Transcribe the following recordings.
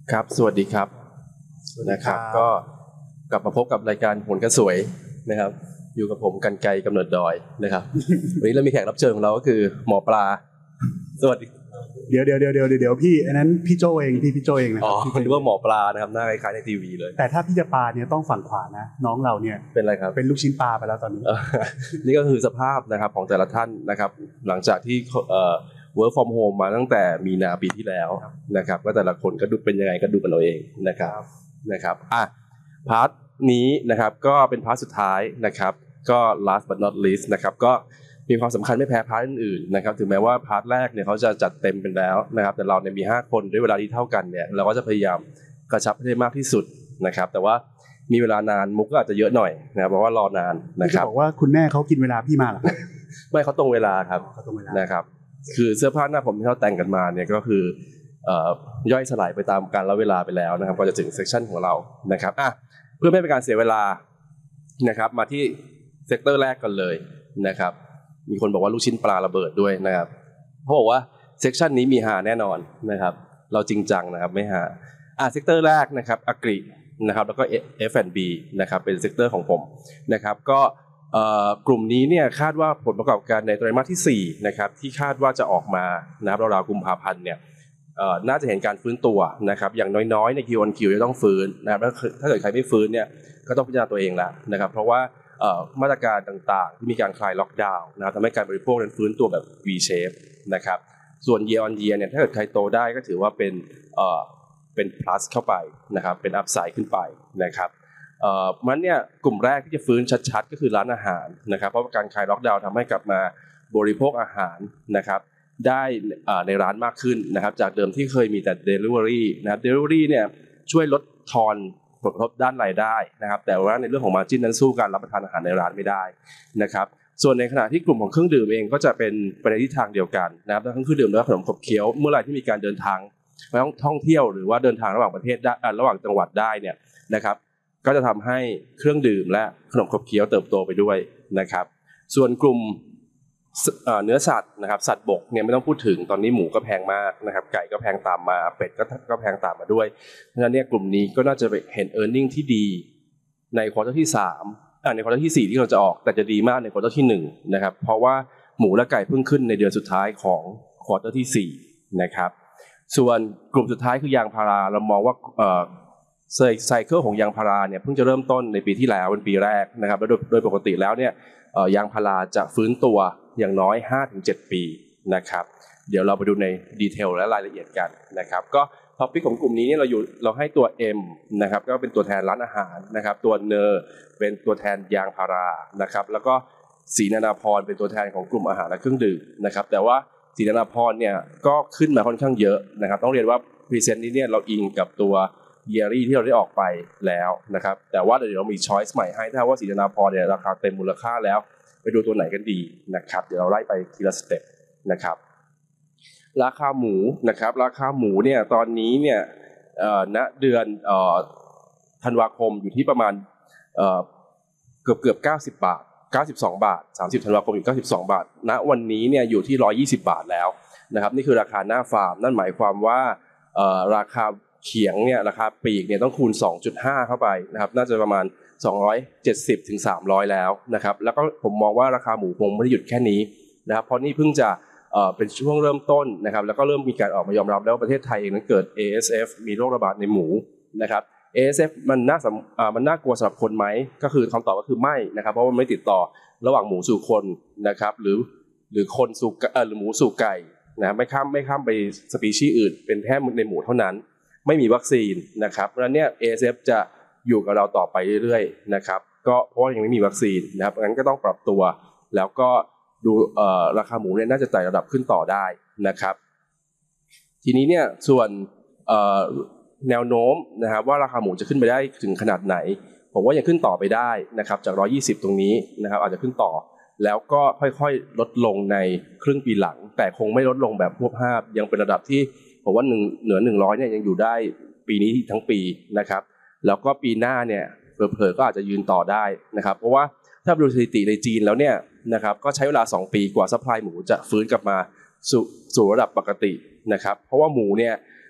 ครับสวัสดีครับนะครับก็กลับมาพบกับรายการโหนกระสวยนะครับอยู่กับผมกันไกรกำเนิดดอยนะครับ วันนี้เรามีแขกรับเชิญของเราก็คือหมอปลาสวัสดีเดี๋ยวพี่อันนั้นพี่โจเองพี่โจเองนะครับพี่นึกว่าหมอปลานะครับหน้าคล้ายๆในทีวีเลยแต่ถ้าพี่จะปลาเนี่ยต้องฝั่งขวานะน้องเราเนี่ยเป็นอะไรครับเป็นลูกชิ้นปลาไปแล้วตอนนี้นี่ก็คือสภาพนะครับของแต่ละท่านนะครับหลังจากที่work from home มาตั้งแต่มีนาปีที่แล้วนะครับก็แต่ละคนก็ดูเป็นยังไงก็ดูกันเอาเองนะครับพาร์ทนี้นะครับก็เป็นพาร์ทสุดท้ายนะครับก็ last but not least นะครับก็มีความสำคัญไม่แพ้พาร์ทอื่นๆนะครับถึงแม้ว่าพาร์ทแรกเนี่ยเขาจะจัดเต็มเป็นแล้วนะครับแต่เราเนี่ยมี5คนด้วยเวลาที่เท่ากันเนี่ยเราก็จะพยายามกระชับให้ได้มากที่สุดนะครับแต่ว่ามีเวลานานมุกก็อาจจะเยอะหน่อยนะครับเพราะว่ารอนานนะครับบอกว่าคุณแม่เขากินเวลาพี่มาหรอไม่เขาตรงเวลาครับนะครับคือเสื้อผ้าหน้าผมที่เขาแต่งกันมาเนี่ยก็คือย่อยสลายไปตามกาลเวลาไปแล้วนะครับก็จะถึงเซสชั่นของเรานะครับเพื่อไม่เป็นการเสียเวลานะครับมาที่เซกเตอร์แรกกันเลยนะครับมีคนบอกว่าลูกชิ้นปลาระเบิดด้วยนะครับเขาบอกว่าเซสชั่นนี้มีหาแน่นอนนะครับเราจริงจังนะครับไม่หาเซกเตอร์แรกนะครับอักรินะครับแล้วก็ F&B นะครับเป็นเซกเตอร์ของผมนะครับก็กลุ่มนี้เนี่ยคาดว่าผลประกอบการในไตรมาสที่4นะครับที่คาดว่าจะออกมานะครับราวๆกุมภาพันธ์เนี่ยน่าจะเห็นการฟื้นตัวนะครับอย่างน้อยๆใน Q-on-Q จะต้องฟื้นนะครับแล้วถ้าเกิดใครไม่ฟื้นเนี่ยก็ต้องพิจารณาตัวเองแล้วนะครับเพราะว่ามาตรการต่างๆที่มีการคลายล็อกดาวน์นะครับทำให้การบริโภคนั้นฟื้นตัวแบบ V shape นะครับส่วน year on year เนี่ยถ้าเกิดใครโตได้ก็ถือว่าเป็น plus เข้าไปนะครับเป็น upside ขึ้นไปนะครับมันเนี่ยกลุ่มแรกที่จะฟื้นชัดๆก็คือร้านอาหารนะครับเพราะว่าการคลายล็อกดาวน์ทำให้กลับมาบริโภคอาหารนะครับได้ในร้านมากขึ้นนะครับจากเดิมที่เคยมีแต่ delivery นะครับ delivery เนี่ยช่วยลดทอนผลกระทบด้านรายได้นะครับแต่ว่าในเรื่องของ margin นั้นสู้การรับประทานอาหารในร้านไม่ได้นะครับส่วนในขณะที่กลุ่มของเครื่องดื่มเองก็จะเป็นไปในทิศทางเดียวกันนะครับทั้งเครื่องดื่มและขนมขบเคี้ยวเมื่อไหร่ที่มีการเดินทางไปท่องเที่ยวหรือว่าเดินทางระหว่างประเทศได้ระหว่างจังหวัดได้เนี่ยนะครับก็จะทำให้เครื่องดื่มและขนมขบเคี้ยวเติบโตไปด้วยนะครับส่วนกลุ่มเนื้อสัตว์นะครับสัตว์บกเนี่ยไม่ต้องพูดถึงตอนนี้หมูก็แพงมากนะครับไก่ก็แพงตามมาเป็ดก็แพงตามมาด้วยเพราะฉะนั้นเนี่ยกลุ่มนี้ก็น่าจะเห็น earning ที่ดีในควอเตอร์ที่3ในควอเตอร์ที่4ที่เราจะออกแต่จะดีมากในควอเตอร์ที่1นะครับเพราะว่าหมูและไก่เพิ่งขึ้นในเดือนสุดท้ายของควอเตอร์ที่4นะครับส่วนกลุ่มสุดท้ายคือยางพาราเรามองว่าไซเคิลของยางพาราเนี่ยเพิ่งจะเริ่มต้นในปีที่แล้วเป็นปีแรกนะครับแล้วโดยปกติแล้วเนี่ยยางพาราจะฟื้นตัวอย่างน้อย 5-7 ปีนะครับเดี๋ยวเราไปดูในดีเทลและรายละเอียดกันนะครับก็ท็อปิกของกลุ่มนี้เนี่ยเราให้ตัว M นะครับก็เป็นตัวแทนร้านอาหารนะครับตัวเนอเป็นตัวแทนยางพารานะครับแล้วก็ศรีนานาพรเป็นตัวแทนของกลุ่มอาหารและเครื่องดื่มนะครับแต่ว่าศรีนานาพรเนี่ยก็ขึ้นมาค่อนข้างเยอะนะครับต้องเรียนว่าพรีเซนต์นี้เนี่ยเราอิงกับตัวเยอรี่ที่เราได้ออกไปแล้วนะครับแต่ว่าเดี๋ยวเรามีช้อยส์ใหม่ให้ถ้าว่าศรีนาพรเนี่ยราคาเต็มมูลค่าแล้วไปดูตัวไหนกันดีนะครับเดี๋ยวเราไล่ไปทีละสเต็ปนะครับราคาหมูนะครับราคาหมูเนี่ยตอนนี้เนี่ยณเดือนธันวาคมอยู่ที่ประมาณเกือบ90 บาท92 บาท30ธันวาคมอยู่92 บาทณวันนี้เนี่ยอยู่ที่120 บาทแล้วนะครับนี่คือราคาหน้าฟาร์มนั่นหมายความว่าราคาเขียงเนี่ยราคาปลีกเนี่ยต้องคูณ 2.5 เข้าไปนะครับน่าจะประมาณ270 ถึง 300แล้วนะครับแล้วก็ผมมองว่าราคาหมูคงไม่ได้หยุดแค่นี้นะครับเพราะนี่เพิ่งจะเป็นช่วงเริ่มต้นนะครับแล้วก็เริ่มมีการออกมายอมรับแล้วว่าประเทศไทยเองนั้นเกิด ASF มีโรคระบาดในหมูนะครับ ASF มันน่ากลัวสำหรับคนไหมก็คือคำตอบก็คือไม่นะครับเพราะว่ามันไม่ติดต่อระหว่างหมูสู่คนนะครับหรือคนสู่หรือหมูสู่ไก่นะไม่ข้ามไปสปีชีส์อื่นเป็นแค่ในหมูเท่านั้นไม่มีวัคซีนนะครับเพราะฉะนั้นเนี่ย ASF จะอยู่กับเราต่อไปเรื่อยๆนะครับก็เพราะยังไม่มีวัคซีนนะครับงั้นก็ต้องปรับตัวแล้วก็ดูราคาหมูเนี่ยน่าจะไต่ระดับขึ้นต่อได้นะครับทีนี้เนี่ยส่วนแนวโน้มนะครับว่าราคาหมูจะขึ้นไปได้ถึงขนาดไหนผมว่ายังขึ้นต่อไปได้นะครับจาก120ตรงนี้นะครับอาจจะขึ้นต่อแล้วก็ค่อยๆลดลงในครึ่งปีหลังแต่คงไม่ลดลงแบบพวบภาพยังเป็นระดับที่ผมว่าเหนือ100เนี่ยยังอยู่ได้ปีนี้ทั้งปีนะครับแล้วก็ปีหน้าเนี่ยเผลอๆก็อาจจะยืนต่อได้นะครับเพราะว่าถ้าดูสถิติในจีนแล้วเนี่ยนะครับก็ใช้เวลา2 ปีกว่าซัพพลายหมูจะฟื้นกลับมาสู่ระดับปกตินะครับเพราะว่าหมูเนี่ย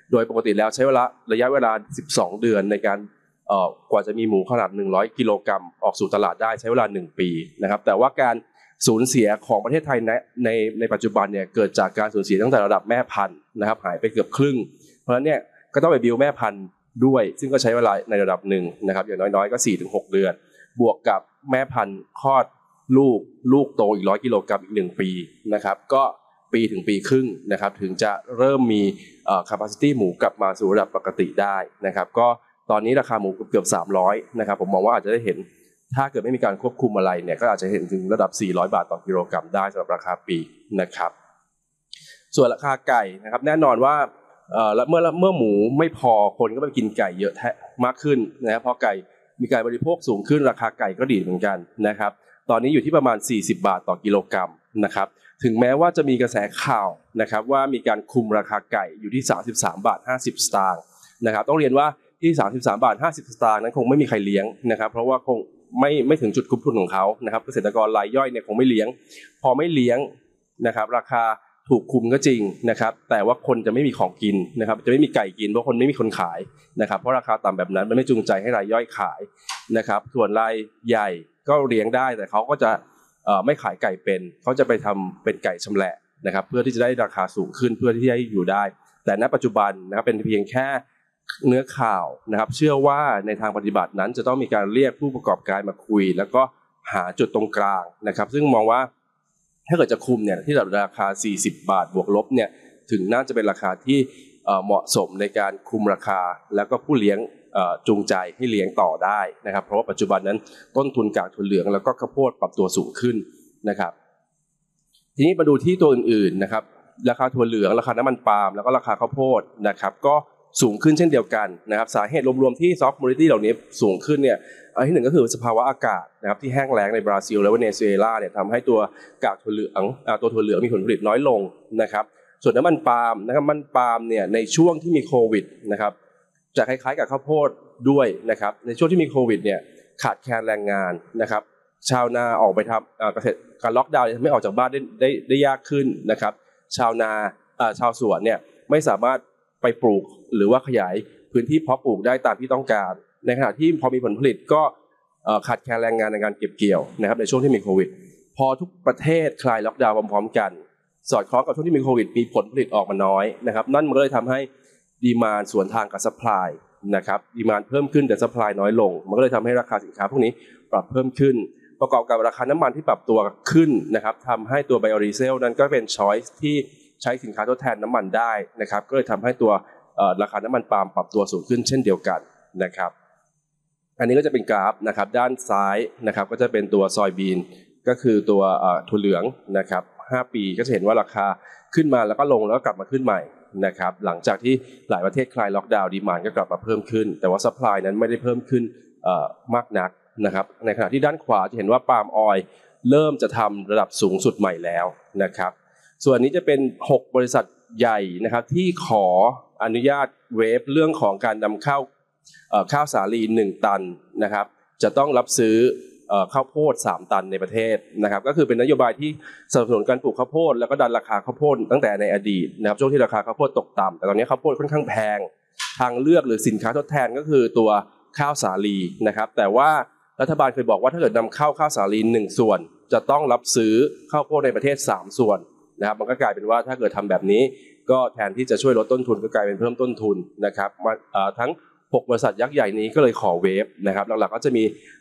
โดยปกติแล้วใช้ระยะเวลา12 เดือนในการกว่าจะมีหมูขนาด100 กิโลกรัมออกสู่ตลาดได้ใช้เวลา1 ปีนะครับแต่ว่าการสูญเสียของประเทศไทยในปัจจุบันเนี่ยเกิดจากการสูญเสียตั้งแต่ระดับแม่พันธุ์นะครับหายไปเกือบครึ่งเพราะฉะนั้นเนี่ยก็ต้องไปบิลแม่พันธุ์ด้วยซึ่งก็ใช้เวลาในระดับหนึ่งนะครับอย่างน้อยๆก็ 4-6 เดือนบวกกับแม่พันธุ์คลอดลูกโตอีก100 กิโลกรัมอีก1 ปีนะครับก็ปีถึงปีครึ่งนะครับถึงจะเริ่มมีcapacity หมูกลับมาสู่ระดับปกติได้นะครับก็ตอนนี้ราคาหมูเกือบ300นะครับผมมองว่าอาจจะได้เห็นถ้าเกิดไม่มีการควบคุมอะไรเนี่ยก็อาจจะเห็นถึงระดับ400 บาทต่อกิโลกรัมได้สำหรับราคาปีนะครับส่วนราคาไก่นะครับแน่นอนว่าเมื่อหมูไม่พอคนก็ไปกินไก่เยอะมากขึ้นนะครับเพราะไก่มีการบริโภคสูงขึ้นราคาไก่ก็ดีเหมือนกันนะครับตอนนี้อยู่ที่ประมาณ40 บาทต่อกิโลกรัมนะครับถึงแม้ว่าจะมีกระแสข่าวนะครับว่ามีการคุมราคาไก่อยู่ที่33 บาท 50 สตางค์นะครับต้องเรียนว่าที่33 บาท 50 สตางค์นั้นคงไม่มีใครเลี้ยงนะครับเพราะว่าคงไม่ถึงจุดคุ้มทุนของเขานะครับเกษตรกรรายย่อยเนี่ยคงไม่เลี้ยงพอไม่เลี้ยงนะครับราคาถูกคุมก็จริงนะครับแต่ว่าคนจะไม่มีของกินนะครับจะไม่มีไก่กินเพราะคนไม่มีคนขายนะครับเพราะราคาต่ำแบบนั้นมันไม่จูงใจให้รายย่อยขายนะครับส่วนรายใหญ่ก็เลี้ยงได้แต่เขาก็จะไม่ขายไก่เป็นเขาจะไปทำเป็นไก่ชำแหละนะครับเพื่อที่จะได้ราคาสูงขึ้นเพื่อที่จะอยู่ได้แต่ณปัจจุบันนะครับเป็นเพียงแค่เนื้อข่าวนะครับเชื่อว่าในทางปฏิบัตินั้นจะต้องมีการเรียกผู้ประกอบการมาคุยแล้วก็หาจุดตรงกลางนะครับซึ่งมองว่าถ้าเกิดจะคุมเนี่ยที่ราคา40 บาทบวกลบเนี่ยถึงน่าจะเป็นราคาที่เหมาะสมในการคุมราคาแล้วก็ผู้เลี้ยงจูงใจให้เลี้ยงต่อได้นะครับเพราะว่าปัจจุบันนั้นต้นทุนกากถั่วเหลืองแล้วก็ข้าวโพดปรับตัวสูงขึ้นนะครับทีนี้มาดูที่ตัวอื่นๆนะครับราคาถั่วเหลืองราคาน้ำมันปาล์มแล้วก็ราคาข้าวโพดนะครับก็สูงขึ้นเช่นเดียวกันนะครับสาเหตุรวมๆที่ซอฟต์คอมโมดิตี้เหล่านี้สูงขึ้นเนี่ยอันที่หนึ่งก็คือสภาวะอากาศนะครับที่แห้งแล้งในบราซิลและเวเนซุเอลาเนี่ยทำให้ตัวกากถั่วเหลืองตัวถั่วเหลืองมีผลผลิตน้อยลงนะครับส่วนน้ำมันปาล์มนะครับมันปาล์มเนี่ยในช่วงที่มีโควิดนะครับจะคล้ายๆกับข้าวโพดด้วยนะครับในช่วงที่มีโควิดเนี่ยขาดแคลนแรงงานนะครับชาวนาออกไปทำเกษตรการล็อกดาวน์ไม่ออกจากบ้านได้ยากขึ้นนะครับชาวสวนเนี่ยไม่สามารถไปปลูกหรือว่าขยายพื้นที่เพาะปลูกได้ตามที่ต้องการในขณะที่พอมีผลผลิตก็ขาดแคลนแรงงานในการเก็บเกี่ยวนะครับในช่วงที่มีโควิดพอทุกประเทศคลายล็อกดาวน์พร้อมๆกันสอดคล้องกับช่วงที่มีโควิดมีผลผลิตออกมาน้อยนะครับนั่นมันก็เลยทำให้ดีมานด์สวนทางกับซัพพลายนะครับดีมานด์เพิ่มขึ้นแต่ซัพพลายน้อยลงมันก็เลยทำให้ราคาสินค้าพวกนี้ปรับเพิ่มขึ้นประกอบกับราคาน้ำมันที่ปรับตัวขึ้นนะครับทำให้ตัวไบโอดีเซลนั้นก็เป็นช้อยส์ที่ใช้สินค้าทดแทนน้ำมันได้นะครับก็เลยทำให้ตัวราคาน้ำมันปาล์มปรับตัวสูงขึ้นเช่นเดียวกันนะครับอันนี้ก็จะเป็นกราฟนะครับด้านซ้ายนะครับก็จะเป็นตัวซอยบีนก็คือตัวถั่วเหลืองนะครับ5 ปีก็จะเห็นว่าราคาขึ้นมาแล้วก็ลงแล้วก็กลับมาขึ้นใหม่นะครับหลังจากที่หลายประเทศคลายล็อกดาวน์ดีมานด์ก็กลับมาเพิ่มขึ้นแต่ว่าซัพพลายนั้นไม่ได้เพิ่มขึ้นมากนักนะครับในขณะที่ด้านขวาจะเห็นว่าปาล์มออยล์เริ่มจะทำระดับสูงสุดใหม่แล้วนะครับส่วนนี้จะเป็น6 บริษัทใหญ่นะครับที่ขออนุญาตเวฟเรื่องของการนำเข้าข้าวสาลี1 ตันนะครับจะต้องรับซื้อข้าวโพด3 ตันในประเทศนะครับก็คือเป็นนโยบายที่สนับสนุนการปลูกข้าวโพดแล้วก็ดันราคาข้าวโพดตั้งแต่ในอดีตนะครับช่วงที่ราคาข้าวโพดตกต่ำแต่ตอนนี้ข้าวโพดค่อนข้างแพงทางเลือกหรือสินค้าทดแทนก็คือตัวข้าวสาลีนะครับแต่ว่ารัฐบาลเคยบอกว่าถ้าเกิดนำเข้าข้าวสาลี1 ส่วนจะต้องรับซื้อข้าวโพดในประเทศ3 ส่วนนะครับมันก็กลายเป็นว่าถ้าเกิดทำแบบนี้ก็แทนที่จะช่วยลดต้นทุนก็กลายเป็นเพิ่มต้นทุนนะครับทั้ง6 บริษัทยักษ์ใหญ่นี้ก็เลยขอเวฟนะครับหลักๆก็จะมี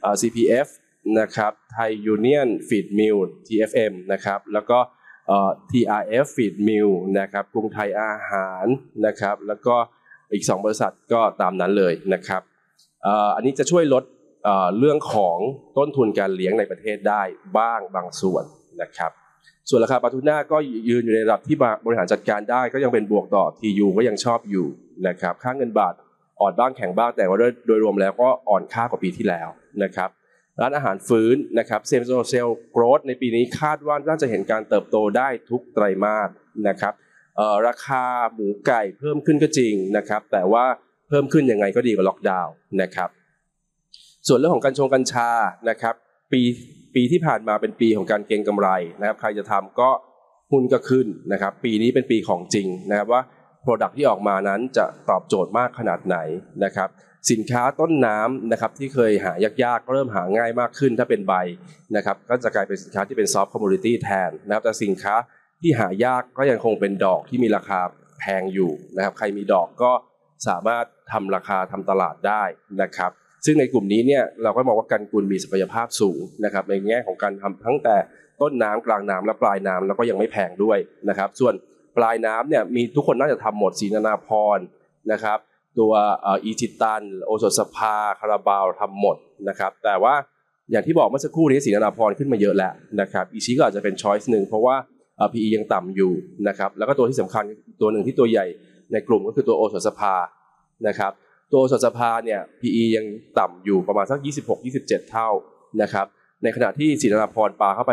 CPF นะครับไทยยูเนียนฟีดมิล TFM นะครับแล้วก็TRF Feed Mill นะครับกรุงไทยอาหารนะครับแล้วก็อีก2 บริษัทก็ตามนั้นเลยนะครับอันนี้จะช่วยลดเรื่องของต้นทุนการเลี้ยงในประเทศได้บ้างบางส่วนนะครับส่วนราคาปลาทูน่าก็ยืนอยู่ในระดับที่บริหารจัดการได้ก็ยังเป็นบวกต่อ TU ก็ยังชอบอยู่นะครับค่าเงินบาทอ่อนบ้างแข็งบ้างแต่ว่าโดยรวมแล้วก็อ่อนค่ากว่าปีที่แล้วนะครับร้านอาหารฟื้นนะครับเซมโซเซลโกรธในปีนี้คาดว่าน่าจะเห็นการเติบโตได้ทุกไตรมาสนะครับราคาหมูไก่เพิ่มขึ้นก็จริงนะครับแต่ว่าเพิ่มขึ้นยังไงก็ดีกว่าล็อกดาวน์นะครับส่วนเรื่องของกัญชานะครับปีที่ผ่านมาเป็นปีของการเก็งกำไรนะครับใครจะทำก็หุ้นก็ขึ้นนะครับปีนี้เป็นปีของจริงนะครับว่า Product ที่ออกมานั้นจะตอบโจทย์มากขนาดไหนนะครับสินค้าต้นน้ำนะครับที่เคยหายากๆก็เริ่มหาง่ายมากขึ้นถ้าเป็นใบนะครับก็จะกลายเป็นสินค้าที่เป็น soft commodity แทนนะครับแต่สินค้าที่หายากก็ยังคงเป็นดอกที่มีราคาแพงอยู่นะครับใครมีดอกก็สามารถทำราคาทำตลาดได้นะครับซึ่งในกลุ่มนี้เนี่ยเราก็มองว่ากันกุลมีศักยภาพสูงนะครับในแง่ของการทำทั้งแต่ต้นน้ำกลางน้ำและปลายน้ำแล้วก็ยังไม่แพงด้วยนะครับส่วนปลายน้ำเนี่ยมีทุกคนน่าจะทำหมดศรีนานาภรณ์นะครับตัวอีจิตันโอสถสภาคาราบาวทำหมดนะครับแต่ว่าอย่างที่บอกเมื่อสักครู่นี้ศรีนานาภรณ์ขึ้นมาเยอะแล้วนะครับอีชิก็อาจจะเป็นช้อยส์หนึ่งเพราะว่าPE ยังต่ำอยู่นะครับแล้วก็ตัวที่สำคัญตัวหนึ่งที่ตัวใหญ่ในกลุ่มก็คือตัวโอสถสภานะครับตัวโอสถสภาเนี่ย PE ยังต่ำอยู่ประมาณสัก26-27 เท่านะครับในขณะที่ศรีนานาภรณ์ปาเข้าไป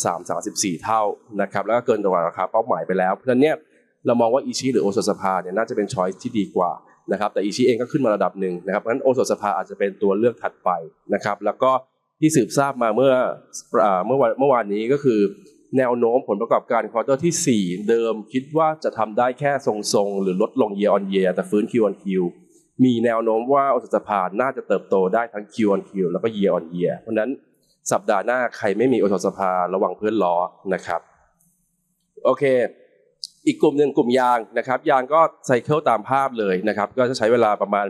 33-34 เท่านะครับแล้วก็เกินตัวราคาเป้าหมายไปแล้วเพราะฉะนั้นเนี่ยเรามองว่าอีชิหรือโอสถสภาเนี่ยน่าจะเป็นช้อยส์ที่ดีกว่านะครับแต่อีชิเองก็ขึ้นมาระดับหนึ่งนะครับเพราะฉะนั้นโอสถสภาอาจจะเป็นตัวเลือกถัดไปนะครับแล้วก็ที่สืบทราบมาเมื่อวานนี้ก็คือแนวโน้มผลประกอบการควอเตอร์ที่4เดิมคิดว่าจะทำได้แค่ทรงๆหรือลดลง year on year แต่ฟื้น Q on Q มีแนวโน้มว่าโอสถสภาน่าจะเติบโตได้ทั้ง Q on Q แล้วก็ year on year เพราะฉะนั้นสัปดาห์หน้าใครไม่มีโอสถสภาระวังเพื่อนล้อนะครับโอเคอีกกลุ่มหนึ่งกลุ่มยางนะครับยางก็ไซเคิลตามภาพเลยนะครับก็จะใช้เวลาประมาณ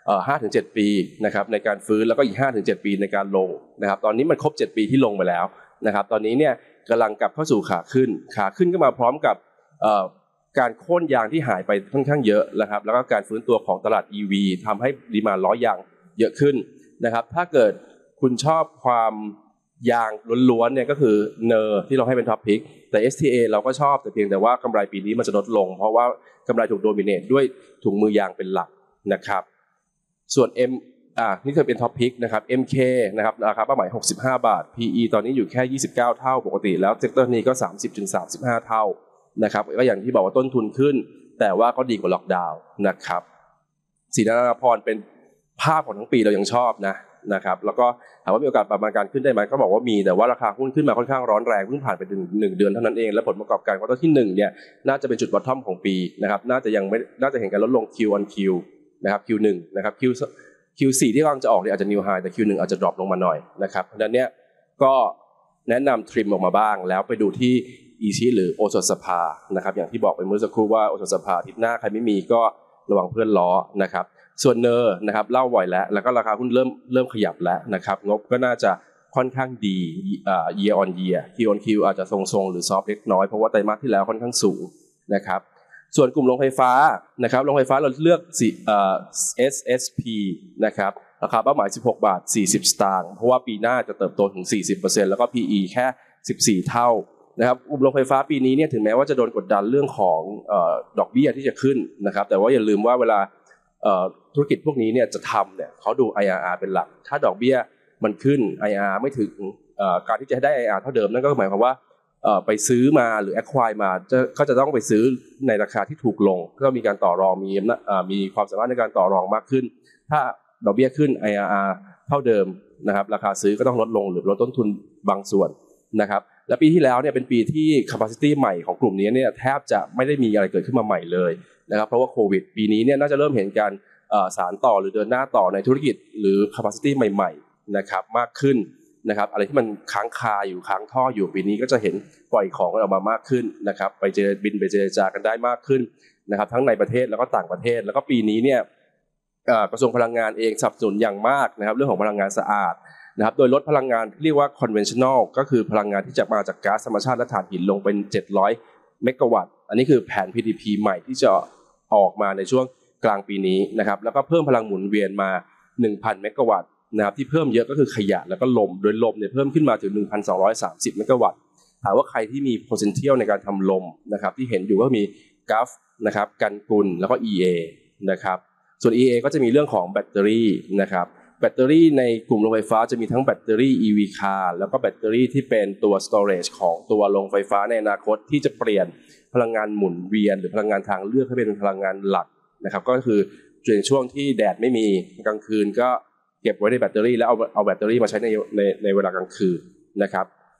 5-7 ปีนะครับในการฟื้นแล้วก็อีก 5-7 ปีในการลงนะครับตอนนี้มันครบ7 ปีที่ลงไปแล้วนะครับตอนนี้เนี่ยกำลังกลับเข้าสู่ขาขึ้นก็มาพร้อมกับการโค่นยางที่หายไปค่อนข้างเยอะนะครับแล้วก็การฟื้นตัวของตลาด EV ทำให้ดีมานด์ล้อยางเยอะขึ้นนะครับถ้าเกิดคุณชอบความยางล้วนๆเนี่ยก็คือเนอร์ที่เราให้เป็นท็อปพิกแต่ STA เราก็ชอบแต่เพียงแต่ว่ากำไรปีนี้มันจะลดลงเพราะว่ากำไรถูกโดมิเนตด้วยถุงมือยางเป็นหลักนะครับส่วน นี่คือเป็นท็อปพิกนะครับ MK นะครับราคาเป้าหมาย65 บาท PE ตอนนี้อยู่แค่29 เท่าปกติแล้วเซกเตอร์นี้ก็ 30-35 เท่านะครับก็อย่างที่บอกว่าต้นทุนขึ้นแต่ว่าก็ดีกว่าล็อกดาวน์นะครับศรีนานาภรณ์เป็นภาพของทั้งปีเรายังชอบนะครับแล้วก็ถามว่ามีโอกาสประมาณการขึ้นได้ไหมก็บอกว่ามีแต่ว่าราคาหุ้นขึ้นมาค่อนข้างร้อนแรงเพิ่งผ่านไป1 เดือนเท่านั้นเองและผลประกอบการควอเตอร์ที่1เนี่ยน่าจะเป็นจุดบอททอมของปีนะครับน่าจะเห็นการลดลง Q on Q นะครับ Q1 นะครับ Q4 ที่กำลังจะออกเนี่ยอาจจะ new high แต่ Q1 อาจจะ drop ลงมาหน่อยนะครับเพราะฉะนั้นเนี่ยก็แนะนำทริมออกมาบ้างแล้วไปดูที่อีชิหรือโอสถสภานะครับอย่างที่บอกไปเมื่อสักครู่ว่าโอสถสภาอาทิตย์หน้าใครไม่มีก็ระวังเพื่อนล้อนะครับส่วนเนอร์นะครับเล่าบ่อยแล้วก็ราคาหุ้นเริ่มขยับแล้วนะครับงบก็น่าจะค่อนข้างดีyear on year Q on Q อาจจะทรงๆหรือซอฟต์เล็กน้อยเพราะว่าไตรมาสที่แล้วค่อนข้างสูงนะครับส่วนกลุ่มโรงไฟฟ้านะครับโรงไฟฟ้าเราเลือกSSP นะครับราคาเป้าหมาย16 บาท 40 สตางค์เพราะว่าปีหน้าจะเติบโตถึง 40% แล้วก็ PE แค่14 เท่านะครับกลุ่มโรงไฟฟ้าปีนี้เนี่ยถึงแม้ว่าจะโดนกดดันเรื่องของดอกเบี้ยที่จะขึ้นนะครับแต่ว่าอย่าลืมว่าเวลาธุรกิจพวกนี้เนี่ยจะทำเนี่ยเขาดู IRR เป็นหลักถ้าดอกเบี้ยมันขึ้น IRR ไม่ถึงการที่จะได้ IRR เท่าเดิมนั่นก็หมายความว่าไปซื้อมาหรือ acquire มาก็จะต้องไปซื้อในราคาที่ถูกลงก็มีการต่อรองมีความสามารถในการต่อรองมากขึ้นถ้าดอกเบี้ยขึ้น IRR เท่าเดิมนะครับราคาซื้อก็ต้องลดลงหรือลดต้นทุนบางส่วนนะครับและปีที่แล้วเนี่ยเป็นปีที่ capacity ใหม่ของกลุ่มนี้เนี่ยแทบจะไม่ได้มีอะไรเกิดขึ้นมาใหม่เลยนะครับเพราะว่าโควิดปีนี้เนี่ยน่าจะเริ่มเห็นการสานต่อหรือเดินหน้าต่อในธุรกิจหรือ capacity ใหม่ๆนะครับมากขึ้นนะครับอะไรที่มันค้างคาอยู่ค้างท่ออยู่ปีนี้ก็จะเห็นปล่อยของกันออกมามากขึ้นนะครับไปเจรจากันได้มากขึ้นนะครับทั้งในประเทศแล้วก็ต่างประเทศแล้วก็ปีนี้เนี่ยกระทรวงพลังงานเองสนับสนุนอย่างมากนะครับเรื่องของพลังงานสะอาดนะครับโดยลดพลังงานที่เรียกว่า conventional ก็คือพลังงานที่จะมาจากก๊าซธรรมชาติและถ่านหินลงเป็น700 เมกะวัตต์อันนี้คือแผน PTP ใหม่ที่จะออกมาในช่วงกลางปีนี้นะครับแล้วก็เพิ่มพลังหมุนเวียนมา 1,000 เมกะวัตต์นะครับที่เพิ่มเยอะก็คือขยะแล้วก็ลมโดยลมเนี่ยเพิ่มขึ้นมาถึง 1,230 เมกะวัตต์ถามว่าใครที่มี potential ในการทำลมนะครับที่เห็นอยู่ก็มี GAF นะครับกันกุลแล้วก็ EA นะครับส่วน EA ก็จะมีเรื่องของแบตเตอรี่นะครับแบตเตอรี่ในกลุ่มโรงไฟฟ้าจะมีทั้งแบตเตอรี่ EV car แล้วก็แบตเตอรี่ที่เป็นตัว storage ของตัวโรงไฟฟ้าในอนาคตที่จะเปลี่ยนพลังงานหมุนเวียนหรือพลังงานทางเลือกให้เป็นพลังงานหลักนะครับก็คือในช่วงที่แดดไม่มีกลางคืนก็เก็บไว้ในแบตเตอรี่แล้วเอาแบตเตอรี่มาใช้ในเวลากลางคืนนะครับ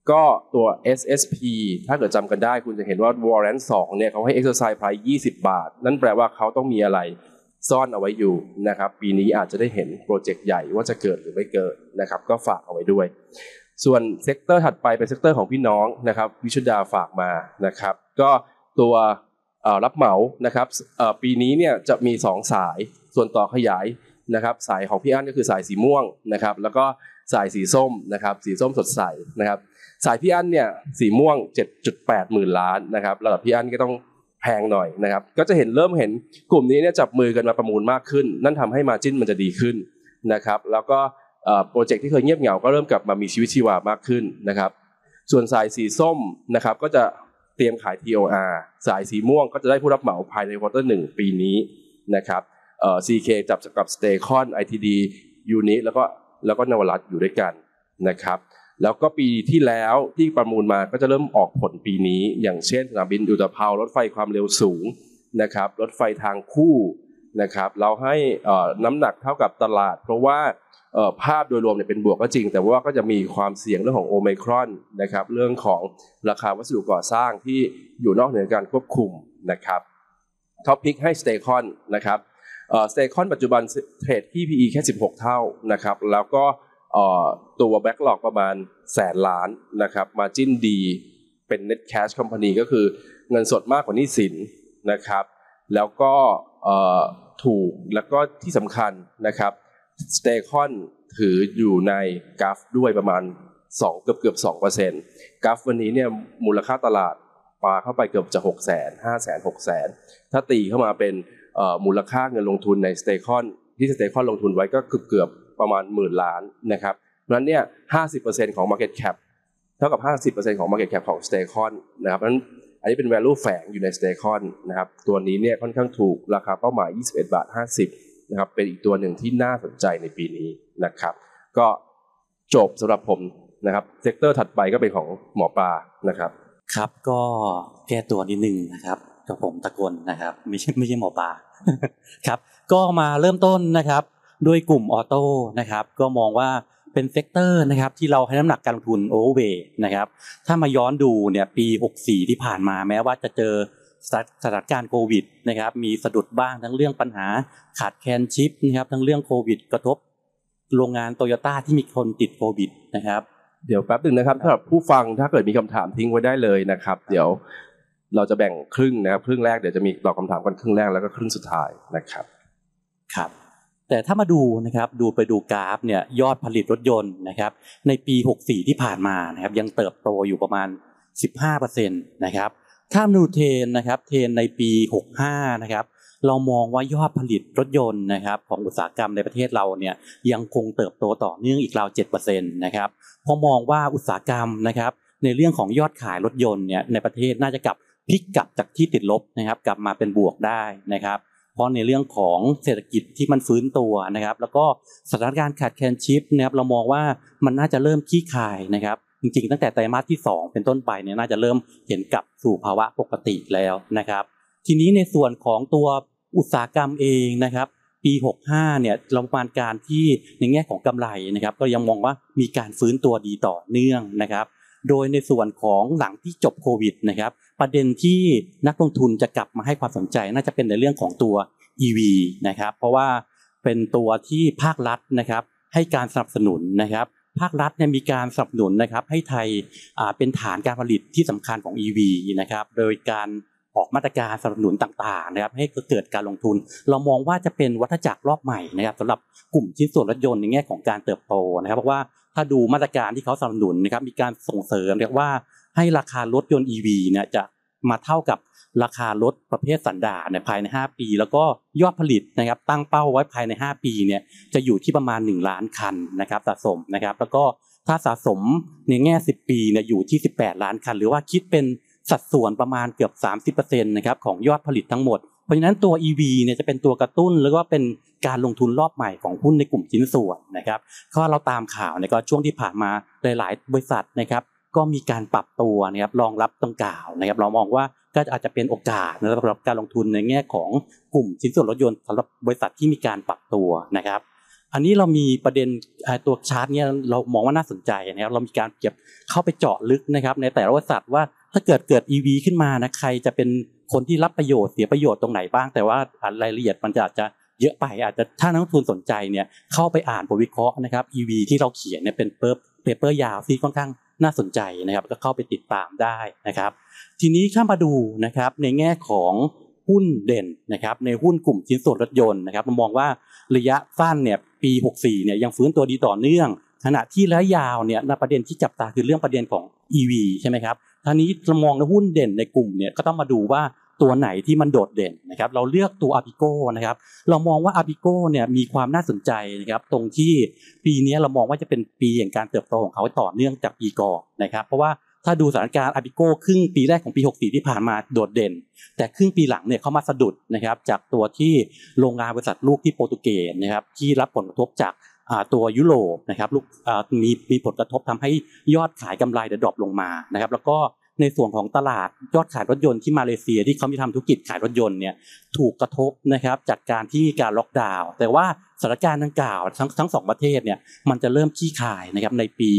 ก็ตัว SSP ถ้าเกิดจำกันได้คุณจะเห็นว่า Warrant 2เนี่ยเขาให้ Exercise Price 20 บาทนั่นแปลว่าเขาต้องมีอะไรซ่อนเอาไว้อยู่นะครับปีนี้อาจจะได้เห็นโปรเจกต์ใหญ่ว่าจะเกิดหรือไม่เกิดนะครับก็ฝากเอาไว้ด้วยส่วนเซกเตอร์ถัดไปเป็นเซกเตอร์ของพี่น้องนะครับวิชุดาฝากมานะครับก็ตัวรับเหมานะครับปีนี้เนี่ยจะมี2สายส่วนต่อขยายนะครับสายของพี่อั้นก็คือสายสีม่วงนะครับแล้วก็สายสีส้มนะครับสีส้มสดใสนะครับสายพี่อั้นเนี่ยสีม่วง 7.8 หมื่นล้านนะครับระดับพี่อั้นก็ต้องแพงหน่อยนะครับก็จะเริ่มเห็นกลุ่มนี้เนี่ยจับมือกันมาประมูลมากขึ้นนั่นทำให้ margin มันจะดีขึ้นนะครับแล้วก็โปรเจกต์ที่เคยเงียบเหงาก็เริ่มกลับมามีชีวิตชีวามากขึ้นนะครับส่วนสายสีส้มนะครับก็จะเตรียมขาย TOR สายสีม่วงก็จะได้ผู้รับเหมาภายในควอเตอร์1ปีนี้นะครับCK จับกับ Staycon ITD Unit แล้วก็นวรัตน์อยู่ด้วยกันนะครับแล้วก็ปีที่แล้วที่ประมูลมาก็จะเริ่มออกผลปีนี้อย่างเช่นสนามบินอุตภเปารถไฟความเร็วสูงนะครับรถไฟทางคู่นะครับเราให้น้ำหนักเท่ากับตลาดเพราะว่าภาพโดยรวมเนี่ยเป็นบวกก็จริงแต่ว่าก็จะมีความเสี่ยงเรื่องของโอไมครอนนะครับเรื่องของราคาวัสดุก่อสร้างที่อยู่นอกเหนือการควบคุมนะครับท็อปพิกให้ Staycon นะครับStaycon ปัจจุบันเทรดที่ PE แค่16เท่านะครับแล้วก็ตัว backlog ประมาณ100,000 ล้านนะครับ margin ดีเป็น net cash company ก็คือเงินสดมากกว่าหนี้สินนะครับแล้วก็ถูกแล้วก็ที่สำคัญนะครับ Staycon ถืออยู่ใน GAF ด้วยประมาณเกือบ 2% GAF วันนี้เนี่ยมูลค่าตลาดปาเข้าไปเกือบจะ 600,000 500,000 600,000ถ้าตีเข้ามาเป็นมูลค่าเงินลงทุนใน Staycon ที่ Staycon ลงทุนไว้ก็เกือบประมาณ10,000 ล้านนะครับเพราะฉะนั้นเนี่ย 50%ของ market cap เท่ากับ 50% ของ market cap ของ Staycon นะครับเพราะฉะนั้นอันนี้เป็น value แฝงอยู่ใน Staycon นะครับตัวนี้เนี่ยค่อนข้างถูกราคาเป้าหมาย 21.50 นะครับเป็นอีกตัวหนึ่งที่น่าสนใจในปีนี้นะครับก็จบสำหรับผมนะครับเซกเตอร์ถัดไปก็เป็นของหมอปลานะครับครับก็แก้ตัวนิดนึงนะครับกับผมตะกลนะครับไม่ใช่หมอปลา ครับก็มาเริ่มต้นนะครับด้วยกลุ่มออโต้นะครับก็มองว่าเป็นเซกเตอร์นะครับที่เราให้น้ำหนักการลงทุนโอเวอร์เวทนะครับถ้ามาย้อนดูเนี่ยปี64ที่ผ่านมาแม้ว่าจะเจอสถานการณ์โควิดนะครับมีสะดุดบ้างทั้งเรื่องปัญหาขาดแคลนชิปนะครับทั้งเรื่องโควิดกระทบโรงงานโตโยต้าที่มีคนติดโควิดนะครับเดี๋ยวแป๊บนึงนะครับสำหรับผู้ฟังถ้าเกิดมีคำถามทิ้งไว้ได้เลยนะครับเดี๋ยวเราจะแบ่งครึ่งนะครับครึ่งแรกเดี๋ยวจะมีตอบคำถามกันครึ่งแรกแล้วก็ครึ่งสุดท้ายนะครับครับแต่ถ้ามาดูนะครับไปดูกราฟเนี่ยยอดผลิตรถยนต์นะครับในปี64ที่ผ่านมานะครับยังเติบโตอยู่ประมาณ 15% นะครับถ้าดูเทรนนะครับเทรนในปี65นะครับเรามองว่ายอดผลิตรถยนต์นะครับของอุตสาหกรรมในประเทศเราเนี่ยยังคงเติบโตต่อเนื่องอีกราว 7% นะครับเพราะมองว่าอุตสาหกรรมนะครับในเรื่องของยอดขายรถยนต์เนี่ยในประเทศน่าจะพลิกกลับจากที่ติดลบนะครับกลับมาเป็นบวกได้นะครับเพราะในเรื่องของเศรษฐกิจที่มันฟื้นตัวนะครับแล้วก็สถานการณ์ขาดแคลนชิปนะครับเรามองว่ามันน่าจะเริ่มคลี่คลายนะครับจริงๆตั้งแต่ไตรมาสที่2เป็นต้นไปเนี่ยน่าจะเริ่มเห็นกลับสู่ภาวะปกติแล้วนะครับทีนี้ในส่วนของตัวอุตสาหกรรมเองนะครับปี65เนี่ยเราประมาณการที่ในแง่ของกำไรนะครับก็ยังมองว่ามีการฟื้นตัวดีต่อเนื่องนะครับโดยในส่วนของหลังที่จบโควิดนะครับประเด็นที่นักลงทุนจะกลับมาให้ความสนใจน่าจะเป็นในเรื่องของตัว EV นะครับเพราะว่าเป็นตัวที่ภาครัฐนะครับให้การสนับสนุนนะครับภาครัฐเนี่ยมีการสนับสนุนนะครับให้ไทยเป็นฐานการผลิตที่สำคัญของ EV นะครับโดยการออกมาตรการสนับสนุนต่างๆนะครับให้เกิดการลงทุนเรามองว่าจะเป็นวัฏจักรรอบใหม่นะครับสำหรับกลุ่มชิ้นส่วนรถยนต์ในแง่ของการเติบโตนะครับเพราะว่าถ้าดูมาตรการที่เขาสนับสนุนนะครับมีการส่งเสริมเรียกว่าให้ราคารถยนต์ EV เนี่ยจะมาเท่ากับราคารถประเภทสันดาปเนี่ยภายใน5ปีแล้วก็ยอดผลิตนะครับตั้งเป้าไว้ภายใน5ปีเนี่ยจะอยู่ที่ประมาณ1ล้านคันนะครับสะสมนะครับแล้วก็ถ้าสะสมในแง่10ปีเนี่ยอยู่ที่18ล้านคันหรือว่าคิดเป็นสัดส่วนประมาณเกือบ 30% นะครับของยอดผลิตทั้งหมดเพราะฉะนั้นตัว EV เนี่ยจะเป็นตัวกระตุ้นแล้วก็เป็นการลงทุนรอบใหม่ของหุ้นในกลุ่มชิ้นส่วนนะครับก็เราตามข่าวเนี่ยก็ช่วงที่ผ่านมาหลายๆบริษัทนะครับก็มีการปรับตัวนะครับรองรับดังกล่าวนะครับเรามองว่าก็อาจจะเป็นโอกาสสำหรับการลงทุนในแง่ของกลุ่มชิ้นส่วนรถยนต์สำหรับบริษัทที่มีการปรับตัวนะครับอันนี้เรามีประเด็นตัวชาร์ตเนี่ยเรามองว่าน่าสนใจนะครับเรามีการเก็บเข้าไปเจาะลึกนะครับในแต่ละบริษัทว่าถ้าเกิด EV ขึ้นมานะใครจะเป็นคนที่รับประโยชน์เสียประโยชน์ตรงไหนบ้างแต่ว่ารายละเอียดมันอาจจะเยอะไปอาจจะถ้านักลงทุนสนใจเนี่ยเข้าไปอ่านบทวิเคราะห์นะครับ EV ที่เราเขียนเนี่ยเป็นเปอร์ยาวที่ค่อนข้างน่าสนใจนะครับก็เข้าไปติดตามได้นะครับทีนี้ข้ามาดูนะครับในแง่ของหุ้นเด่นนะครับในหุ้นกลุ่มชิ้นส่วนรถยนต์นะครับเรามองว่าระยะสั้นเนี่ยปี64เนี่ยยังฟื้นตัวดีต่อเนื่องขณะที่ระยะยาวเนี่ยประเด็นที่จับตาคือเรื่องประเด็นของ EV ใช่ไหมครับทีนี้เรามองในหุ้นเด่นในกลุ่มเนี่ยก็ต้องมาดูว่าตัวไหนที่มันโดดเด่นนะครับเราเลือกตัว Apico นะครับเรามองว่า Apico เนี่ยมีความน่าสนใจนะครับตรงที่ปีนี้เรามองว่าจะเป็นปีแห่งการเติบโตของเขาต่อเนื่องจากปีก่อนนะครับเพราะว่าถ้าดูสถานการณ์ Apico ครึ่งปีแรกของปี64ที่ผ่านมาโดดเด่นแต่ครึ่งปีหลังเนี่ยเขามาสะดุดนะครับจากตัวที่โรงงานบริษัทลูกที่โปรตุเกสนะครับที่รับผลกระทบจากตัวยุโรปนะครับมีผลกระทบทำให้ยอดขายกำไรดรอปลงมานะครับแล้วก็ในส่วนของตลาดยอดขายรถยนต์ที่มาเลเซียที่เขามีทำธุรกิจขายรถยนต์เนี่ยถูกกระทบนะครับจากการที่การล็อกดาวน์แต่ว่าสถานการณ์ดังกล่าวทั้งสองประเทศเนี่ยมันจะเริ่มคลี่คลายนะครับในปี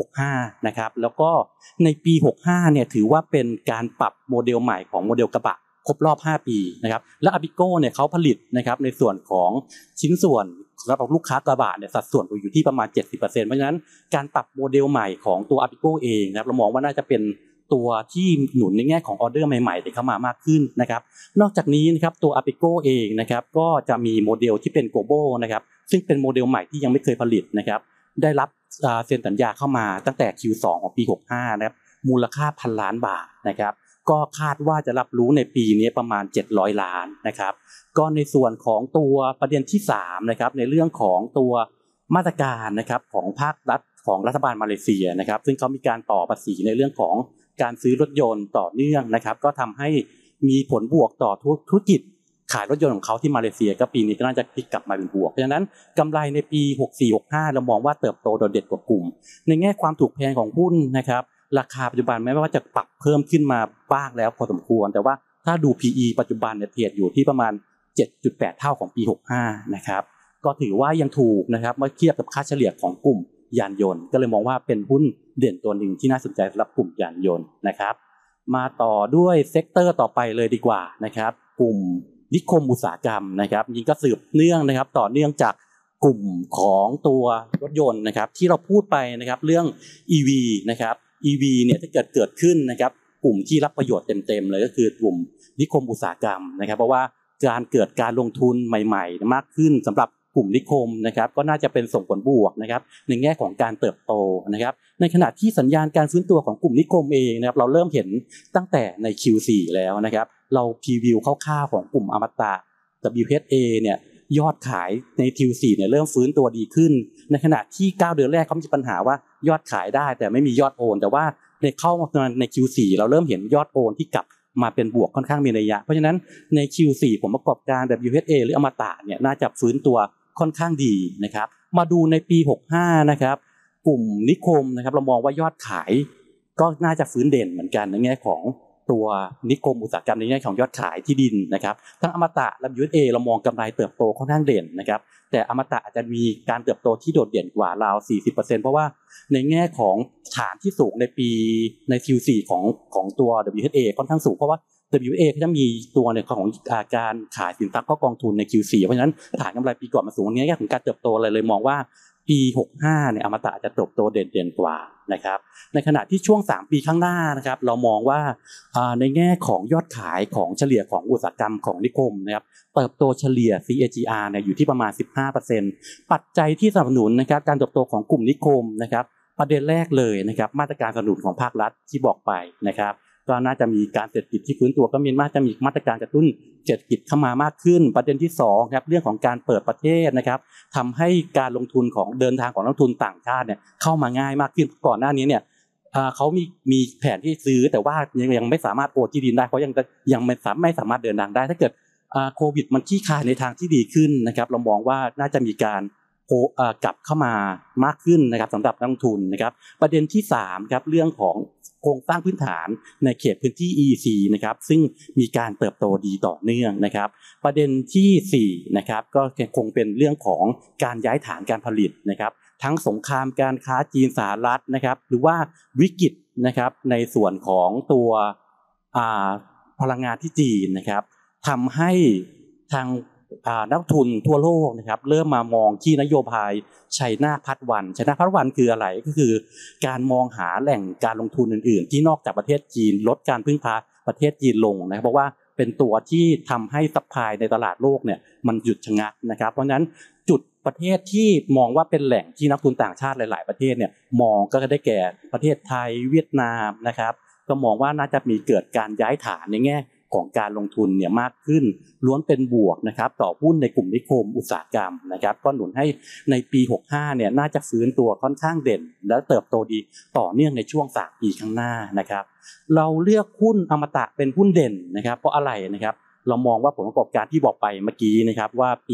65นะครับแล้วก็ในปี65เนี่ยถือว่าเป็นการปรับโมเดลใหม่ของโมเดลกระบะครบรอบ5ปีนะครับและ Apico เนี่ยเขาผลิตนะครับในส่วนของชิ้นส่วนสำหรับลูกค้ากระบะเนี่ยสัดส่วนอยู่ที่ประมาณ 70% เพราะฉะนั้นการปรับโมเดลใหม่ของตัว Apico เองนะครับเรามองว่าน่าจะเป็นตัวที่หนุนในแง่ของออเดอร์ใหม่ๆที่เข้ามามากขึ้นนะครับนอกจากนี้นะครับตัว Apico เองนะครับก็จะมีโมเดลที่เป็น Global นะครับซึ่งเป็นโมเดลใหม่ที่ยังไม่เคยผลิตนะครับได้รับเซ็นสัญญาเข้ามาตั้งแต่ Q2 ของปี65นะครับมูลค่า1,000 ล้านบาทนะครับก็คาดว่าจะรับรู้ในปีนี้ประมาณ700ล้านนะครับก็ในส่วนของตัวประเด็นที่3นะครับในเรื่องของตัวมาตรการนะครับของภาครัฐของรัฐบาลมาเลเซียนะครับซึ่งเขามีการต่อภาษีในเรื่องของการซื้อรถยนต์ต่อเนื่องนะครับก็ทำให้มีผลบวกต่อธุรกิจขายรถยนต์ของเขาที่มาเลเซียก็ปีนี้ก็น่าจะพลิกกลับมาเป็นบวกเพราะฉะนั้นกำไรในปี64-65เรามองว่าเติบโตโดดเด่นกว่ากลุ่มในแง่ความถูกแพงของหุ้นนะครับราคาปัจจุบันแม้ว่าจะปรับเพิ่มขึ้นมาบ้างแล้วพอสมควรแต่ว่าถ้าดู PE ปัจจุบันเนี่ยเทรดอยู่ที่ประมาณ 7.8 เท่าของปี65นะครับก็ถือว่ายังถูกนะครับเมื่อเทียบกับค่าเฉลี่ยของกลุ่มยานยนต์ก็เลยมองว่าเป็นหุ้นเด่นตัวหนึ่งที่น่าสนใจสำหรับกลุ่มยานยนต์นะครับมาต่อด้วยเซกเตอร์ต่อไปเลยดีกว่านะครับกลุ่มนิคมอุตสาหกรรมนะครับยิงก็สืบเนื่องนะครับต่อเนื่องจากกลุ่มของตัวรถยนต์นะครับที่เราพูดไปนะครับเรื่อง EV นะครับ EV เนี่ยถ้าเกิดขึ้นนะครับกลุ่มที่รับประโยชน์เต็มๆเลยก็คือกลุ่มนิคมอุตสาหกรรมนะครับเพราะว่าการลงทุนใหม่ๆมากขึ้นสำหรับกลุ่มนิคมนะครับก็น่าจะเป็นส่งผลบวกนะครับในแง่ของการเติบโตนะครับในขณะที่สัญญาณการฟื้นตัวของกลุ่มนิคมเองนะครับเราเริ่มเห็นตั้งแต่ใน Q4 แล้วนะครับเราพรีวิวคร่าวๆของกลุ่มอมตะ WHA เนี่ยยอดขายใน Q4 เนี่ยเริ่มฟื้นตัวดีขึ้นในขณะที่9เดือนแรกเขามีปัญหาว่ายอดขายได้แต่ไม่มียอดโอนแต่ว่าเข้ามาใน Q4 เราเริ่มเห็นยอดโอนที่กลับมาเป็นบวกค่อนข้างมีนัยยะเพราะฉะนั้นใน Q4 ผลประกอบการ WHA หรืออมตะเนี่ยน่าจะฟื้นตัวค่อนข้างดีนะครับมาดูในปี65นะครับกลุ่มนิคมนะครับเรามองว่ายอดขายก็น่าจะฟื้นเด่นเหมือนกันในแง่ของตัวนิคมอุตสาหกรรมในแง่ของยอดขายที่ดินนะครับทั้งอมตะและ WHA เรามองกำไรเติบโตค่อนข้างเด่นนะครับแต่อมตะอาจจะมีการเติบโตที่โดดเด่นกว่าราว 40% เพราะว่าในแง่ของฐานที่สูงใน Q4 ของตัว WHA ค่อนข้างสูงเพราะว่าWA ก็จะมีตัวในของการขายสินทรัพย์เข้ากองทุนใน Q4 เพราะฉะนั้นฐานกำไรปีก่อนมันสูงในแง่ของการเติบโตเลยมองว่าปี65เนี่ยอมตะจะเติบโตเด่นกว่านะครับในขณะที่ช่วง3ปีข้างหน้านะครับเรามองว่าในแง่ของยอดขายของเฉลี่ยของอุตสาหกรรมของนิคมนะครับเติบโตเฉลี่ย CAGR เนี่ยอยู่ที่ประมาณ 15% ปัจจัยที่สนับสนุนนะครับการเติบโตของกลุ่มนิคมนะครับประเด็นแรกเลยนะครับมาตรการสนับสนุนของภาครัฐที่บอกไปนะครับก็น่าจะมีการเศรษฐกิจที่ฟื้นตัวก็จะมีมาตรการกระตุ้นเศรษฐกิจเข้ามามากขึ้นประเด็นที่2ครับเรื่องของการเปิดประเทศนะครับทำให้การลงทุนของเดินทางของนักลงทุนต่างชาติเนี่ยเข้ามาง่ายมากขึ้นก่อนหน้านี้เนี่ยเขามีแผนที่ซื้อแต่ว่ายังไม่สามารถโอนที่ดินได้เพราะยังไม่สามารถเดินทางได้ถ้าเกิดโควิดมันคลี่คลายในทางที่ดีขึ้นนะครับเรามองว่าน่าจะมีการกลับเข้ามามากขึ้นนะครับสำหรับนักลงทุนนะครับประเด็นที่3ครับเรื่องของโครงสร้างพื้นฐานในเขตพื้นที่ EEC นะครับซึ่งมีการเติบโตดีต่อเนื่องนะครับประเด็นที่4นะครับก็คงเป็นเรื่องของการย้ายฐานการผลิตนะครับทั้งสงครามการค้าจีนสหรัฐนะครับหรือว่าวิกฤตนะครับในส่วนของตัวพลังงานที่จีนนะครับทำให้ทางนักทุนทั่วโลกนะครับเริ่มมามองที่นโยบายไชน่าพัฒวันไชน่าพัฒวันคืออะไรก็คือการมองหาแหล่งการลงทุนอื่นๆที่นอกจากประเทศจีนลดการพึ่งพาประเทศจีนลงนะครับเพราะว่าเป็นตัวที่ทำให้ซัพพลายในตลาดโลกเนี่ยมันหยุดชะงักนะครับเพราะฉะนั้นจุดประเทศที่มองว่าเป็นแหล่งที่นักทุนต่างชาติหลายๆประเทศเนี่ยมองก็ได้แก่ประเทศไทยเวียดนามนะครับก็มองว่าน่าจะมีเกิดการย้ายฐานในแง่ของการลงทุนเนี่ยมากขึ้นล้วนเป็นบวกนะครับต่อหุ้นในกลุ่มนิคมอุตสาหกรรมนะครับก็หนุนให้ในปี65เนี่ยน่าจะฟื้นตัวค่อนข้างเด่นและเติบโตดีต่อเนื่องในช่วง3ปีข้างหน้านะครับเราเลือกหุ้นอมตะเป็นหุ้นเด่นนะครับเพราะอะไรนะครับเรามองว่าผลประกอบการที่บอกไปเมื่อกี้นะครับว่าปี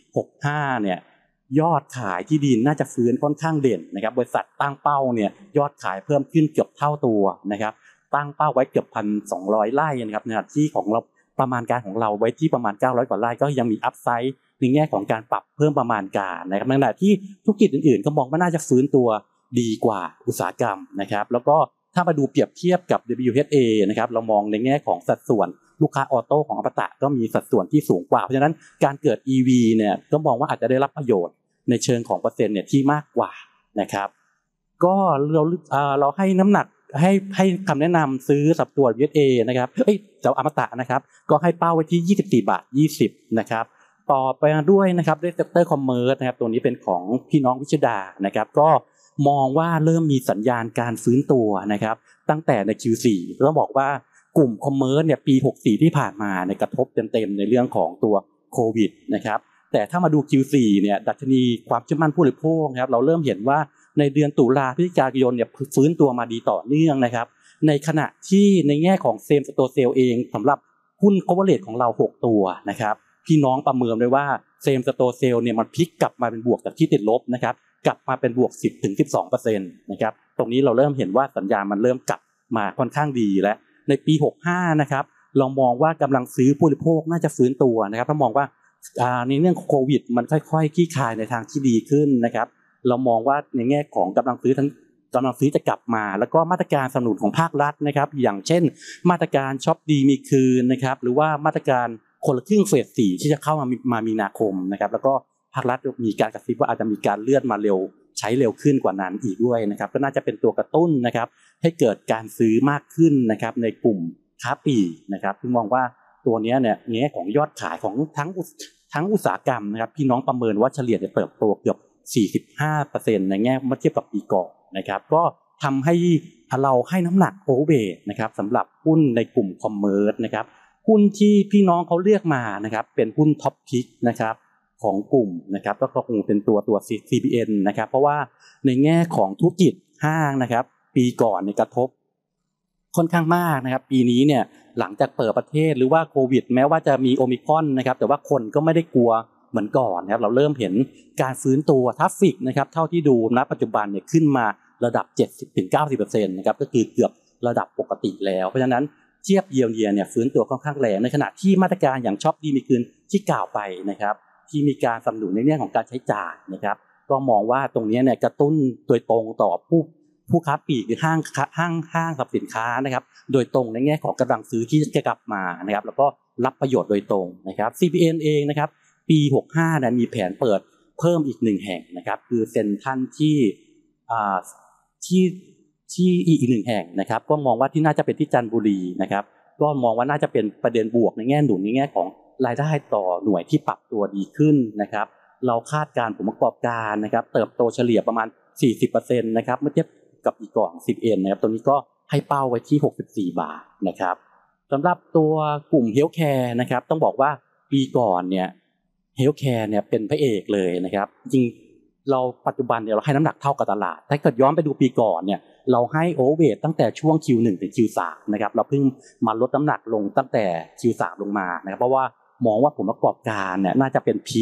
65เนี่ยยอดขายที่ดินน่าจะฟื้นค่อนข้างเด่นนะครับบริษัทตั้งเป้าเนี่ยยอดขายเพิ่มขึ้นเกือบเท่าตัวนะครับตั้งเป้าไว้เกือบ 1,200 ไร่นะครับในขณะที่ของเราประมาณการของเราไว้ที่ประมาณ900กว่าไร่ก็ยังมีอัพไซด์ในแง่ของการปรับเพิ่มประมาณการนะครับในขณะที่ธุรกิจอื่นๆก็มองว่าน่าจะฟื้นตัวดีกว่าอุตสาหกรรมนะครับแล้วก็ถ้ามาดูเปรียบเทียบกับ WHA นะครับเรามองในแง่ของสัดส่วนลูกค้าออโต้ของอมตะก็มีสัดส่วนที่สูงกว่าเพราะฉะนั้นการเกิด EV เนี่ยก็มองว่าอาจจะได้รับประโยชน์ในเชิงของเปอร์เซ็นต์เนี่ยที่มากกว่านะครับก็เราให้น้ำหนักให้คำแนะนำซื้อสับตัว WHA นะครับเจ้าอมตะนะครับก็ให้เป้าไว้ที่24.20 นะครับต่อไปด้วยนะครับด้วยเซกเตอร์คอมเมอร์สนะครับตัวนี้เป็นของพี่น้องวิชดานะครับก็มองว่าเริ่มมีสัญญาณการฟื้นตัวนะครับตั้งแต่ใน Q4 ต้องบอกว่ากลุ่มคอมเมอร์สเนี่ยปี64ที่ผ่านมาในกระทบเต็มๆในเรื่องของตัวโควิดนะครับแต่ถ้ามาดู Q4 เนี่ยดัชนีความเชื่อมั่นผู้บริโภคนะครับเราเริ่มเห็นว่าในเดือนตุลาพฤศจิกายนเนี่ยฟื้นตัวมาดีต่อเนื่องนะครับในขณะที่ในแง่ของเซมสโตเซลเองสำหรับหุ้น coverage ของเรา6ตัวนะครับพี่น้องประเมินไว้ว่าเซมสโตเซลเนี่ยมันพลิกกลับมาเป็นบวกจากที่ติดลบนะครับกลับมาเป็นบวก 10-12% นะครับตรงนี้เราเริ่มเห็นว่าสัญญาณมันเริ่มกลับมาค่อนข้างดีแล้วในปี65นะครับเรามองว่ากำลังซื้อผู้บริโภคน่าจะฟื้นตัวนะครับถ้ามองว่าในเรื่องโควิดมันค่อยๆคลี่คลายในทางที่ดีขึ้นนะครับเรามองว่าในแง่ของกำลังซื้อจะกลับมาแล้วก็มาตรการสนับสนุนของภาครัฐนะครับอย่างเช่นมาตรการช็อปดีมีคืนนะครับหรือว่ามาตรการคนละครึ่งเฟส4ที่จะเข้ามามีนาคมนะครับแล้วก็ภาครัฐมีการกระซิบว่าอาจจะมีการเลื่อนมาเร็วใช้เร็วขึ้นกว่านั้นอีกด้วยนะครับก็น่าจะเป็นตัวกระตุ้นนะครับให้เกิดการซื้อมากขึ้นนะครับในกลุ่มค้าปลีกนะครับซึ่งมองว่าตัวนี้เนี่ยแง่ของยอดขายของทั้งอุตสาหกรรมนะครับพี่น้องประเมินว่าเฉลี่ยจะเติบโตเกือบ45% ในแง่เมื่อเทียบกับปีก่อนนะครับก็ทำให้เราให้น้ำหนักโอเวอร์เวทนะครับสำหรับหุ้นในกลุ่มคอมเมอร์สนะครับหุ้นที่พี่น้องเขาเลือกมานะครับเป็นหุ้นท็อปพิกนะครับของกลุ่มนะครับก็คงเป็นตัว CBN นะครับเพราะว่าในแง่ของธุรกิจห้างนะครับปีก่อนในกระทบค่อนข้างมากนะครับปีนี้เนี่ยหลังจากเปิดประเทศหรือว่าโควิดแม้ว่าจะมีโอมิครอนนะครับแต่ว่าคนก็ไม่ได้กลัวเหมือนก่อนนะครับเราเริ่มเห็นการฟื้นตัวทราฟฟิกนะครับเท่าที่ดูณปัจจุบันเนี่ยขึ้นมาระดับ 70-90% นะครับก็คือเกือบระดับปกติแล้วเพราะฉะนั้นเทียบเยียร์เนี่ยฟื้นตัวค่อนข้างแรงในขณะที่มาตรการอย่างช็อปดีมีคืนที่กล่าวไปนะครับที่มีการสนับสนุนในเรื่องของการใช้จ่ายนะครับก็มองว่าตรงนี้เนี่ยกระตุ้นโดยตรงต่อผู้ค้าปลีกหรือห้างสรรพสินค้านะครับโดยตรงในแง่ของกำลังซื้อที่จะกลับมานะครับแล้วก็รับประโยชน์โดยตรงนะครับ CBN เองนะครับปี65เนี่ยมีแผนเปิดเพิ่มอีก1แห่งนะครับคือเซ็นทรัลที่อีก1แห่งนะครับก็มองว่าที่น่าจะเป็นที่จันทบุรีนะครับก็มองว่าน่าจะเป็นประเด็นบวกในแง่หนุนในแง่ของรายได้ต่อหน่วยที่ปรับตัวดีขึ้นนะครับเราคาดการณ์ผลประกอบการนะครับเติบโตเฉลี่ยประมาณ 40% นะครับเมื่อเทียบกับปีก่อน 10N นะครับตัวนี้ก็ให้เป้าไว้ที่64 บาทนะครับสำหรับตัวกลุ่มเฮลท์แคร์นะครับต้องบอกว่าปีก่อนเนี่ยเฮลท์แคร์เนี่ยเป็นพระเอกเลยนะครับจริงเราปัจจุบันเนี่ยเราให้น้ำหนักเท่ากับตลาดถ้าเกิดย้อนไปดูปีก่อนเนี่ยเราให้โอเวอร์เวทตั้งแต่ช่วง Q1 ถึง Q3 นะครับเราเพิ่งมาลดน้ำหนักลงตั้งแต่ Q3 ลงมานะครับเพราะว่ามองว่าผลประกอบการเนี่ยน่าจะเป็นพีค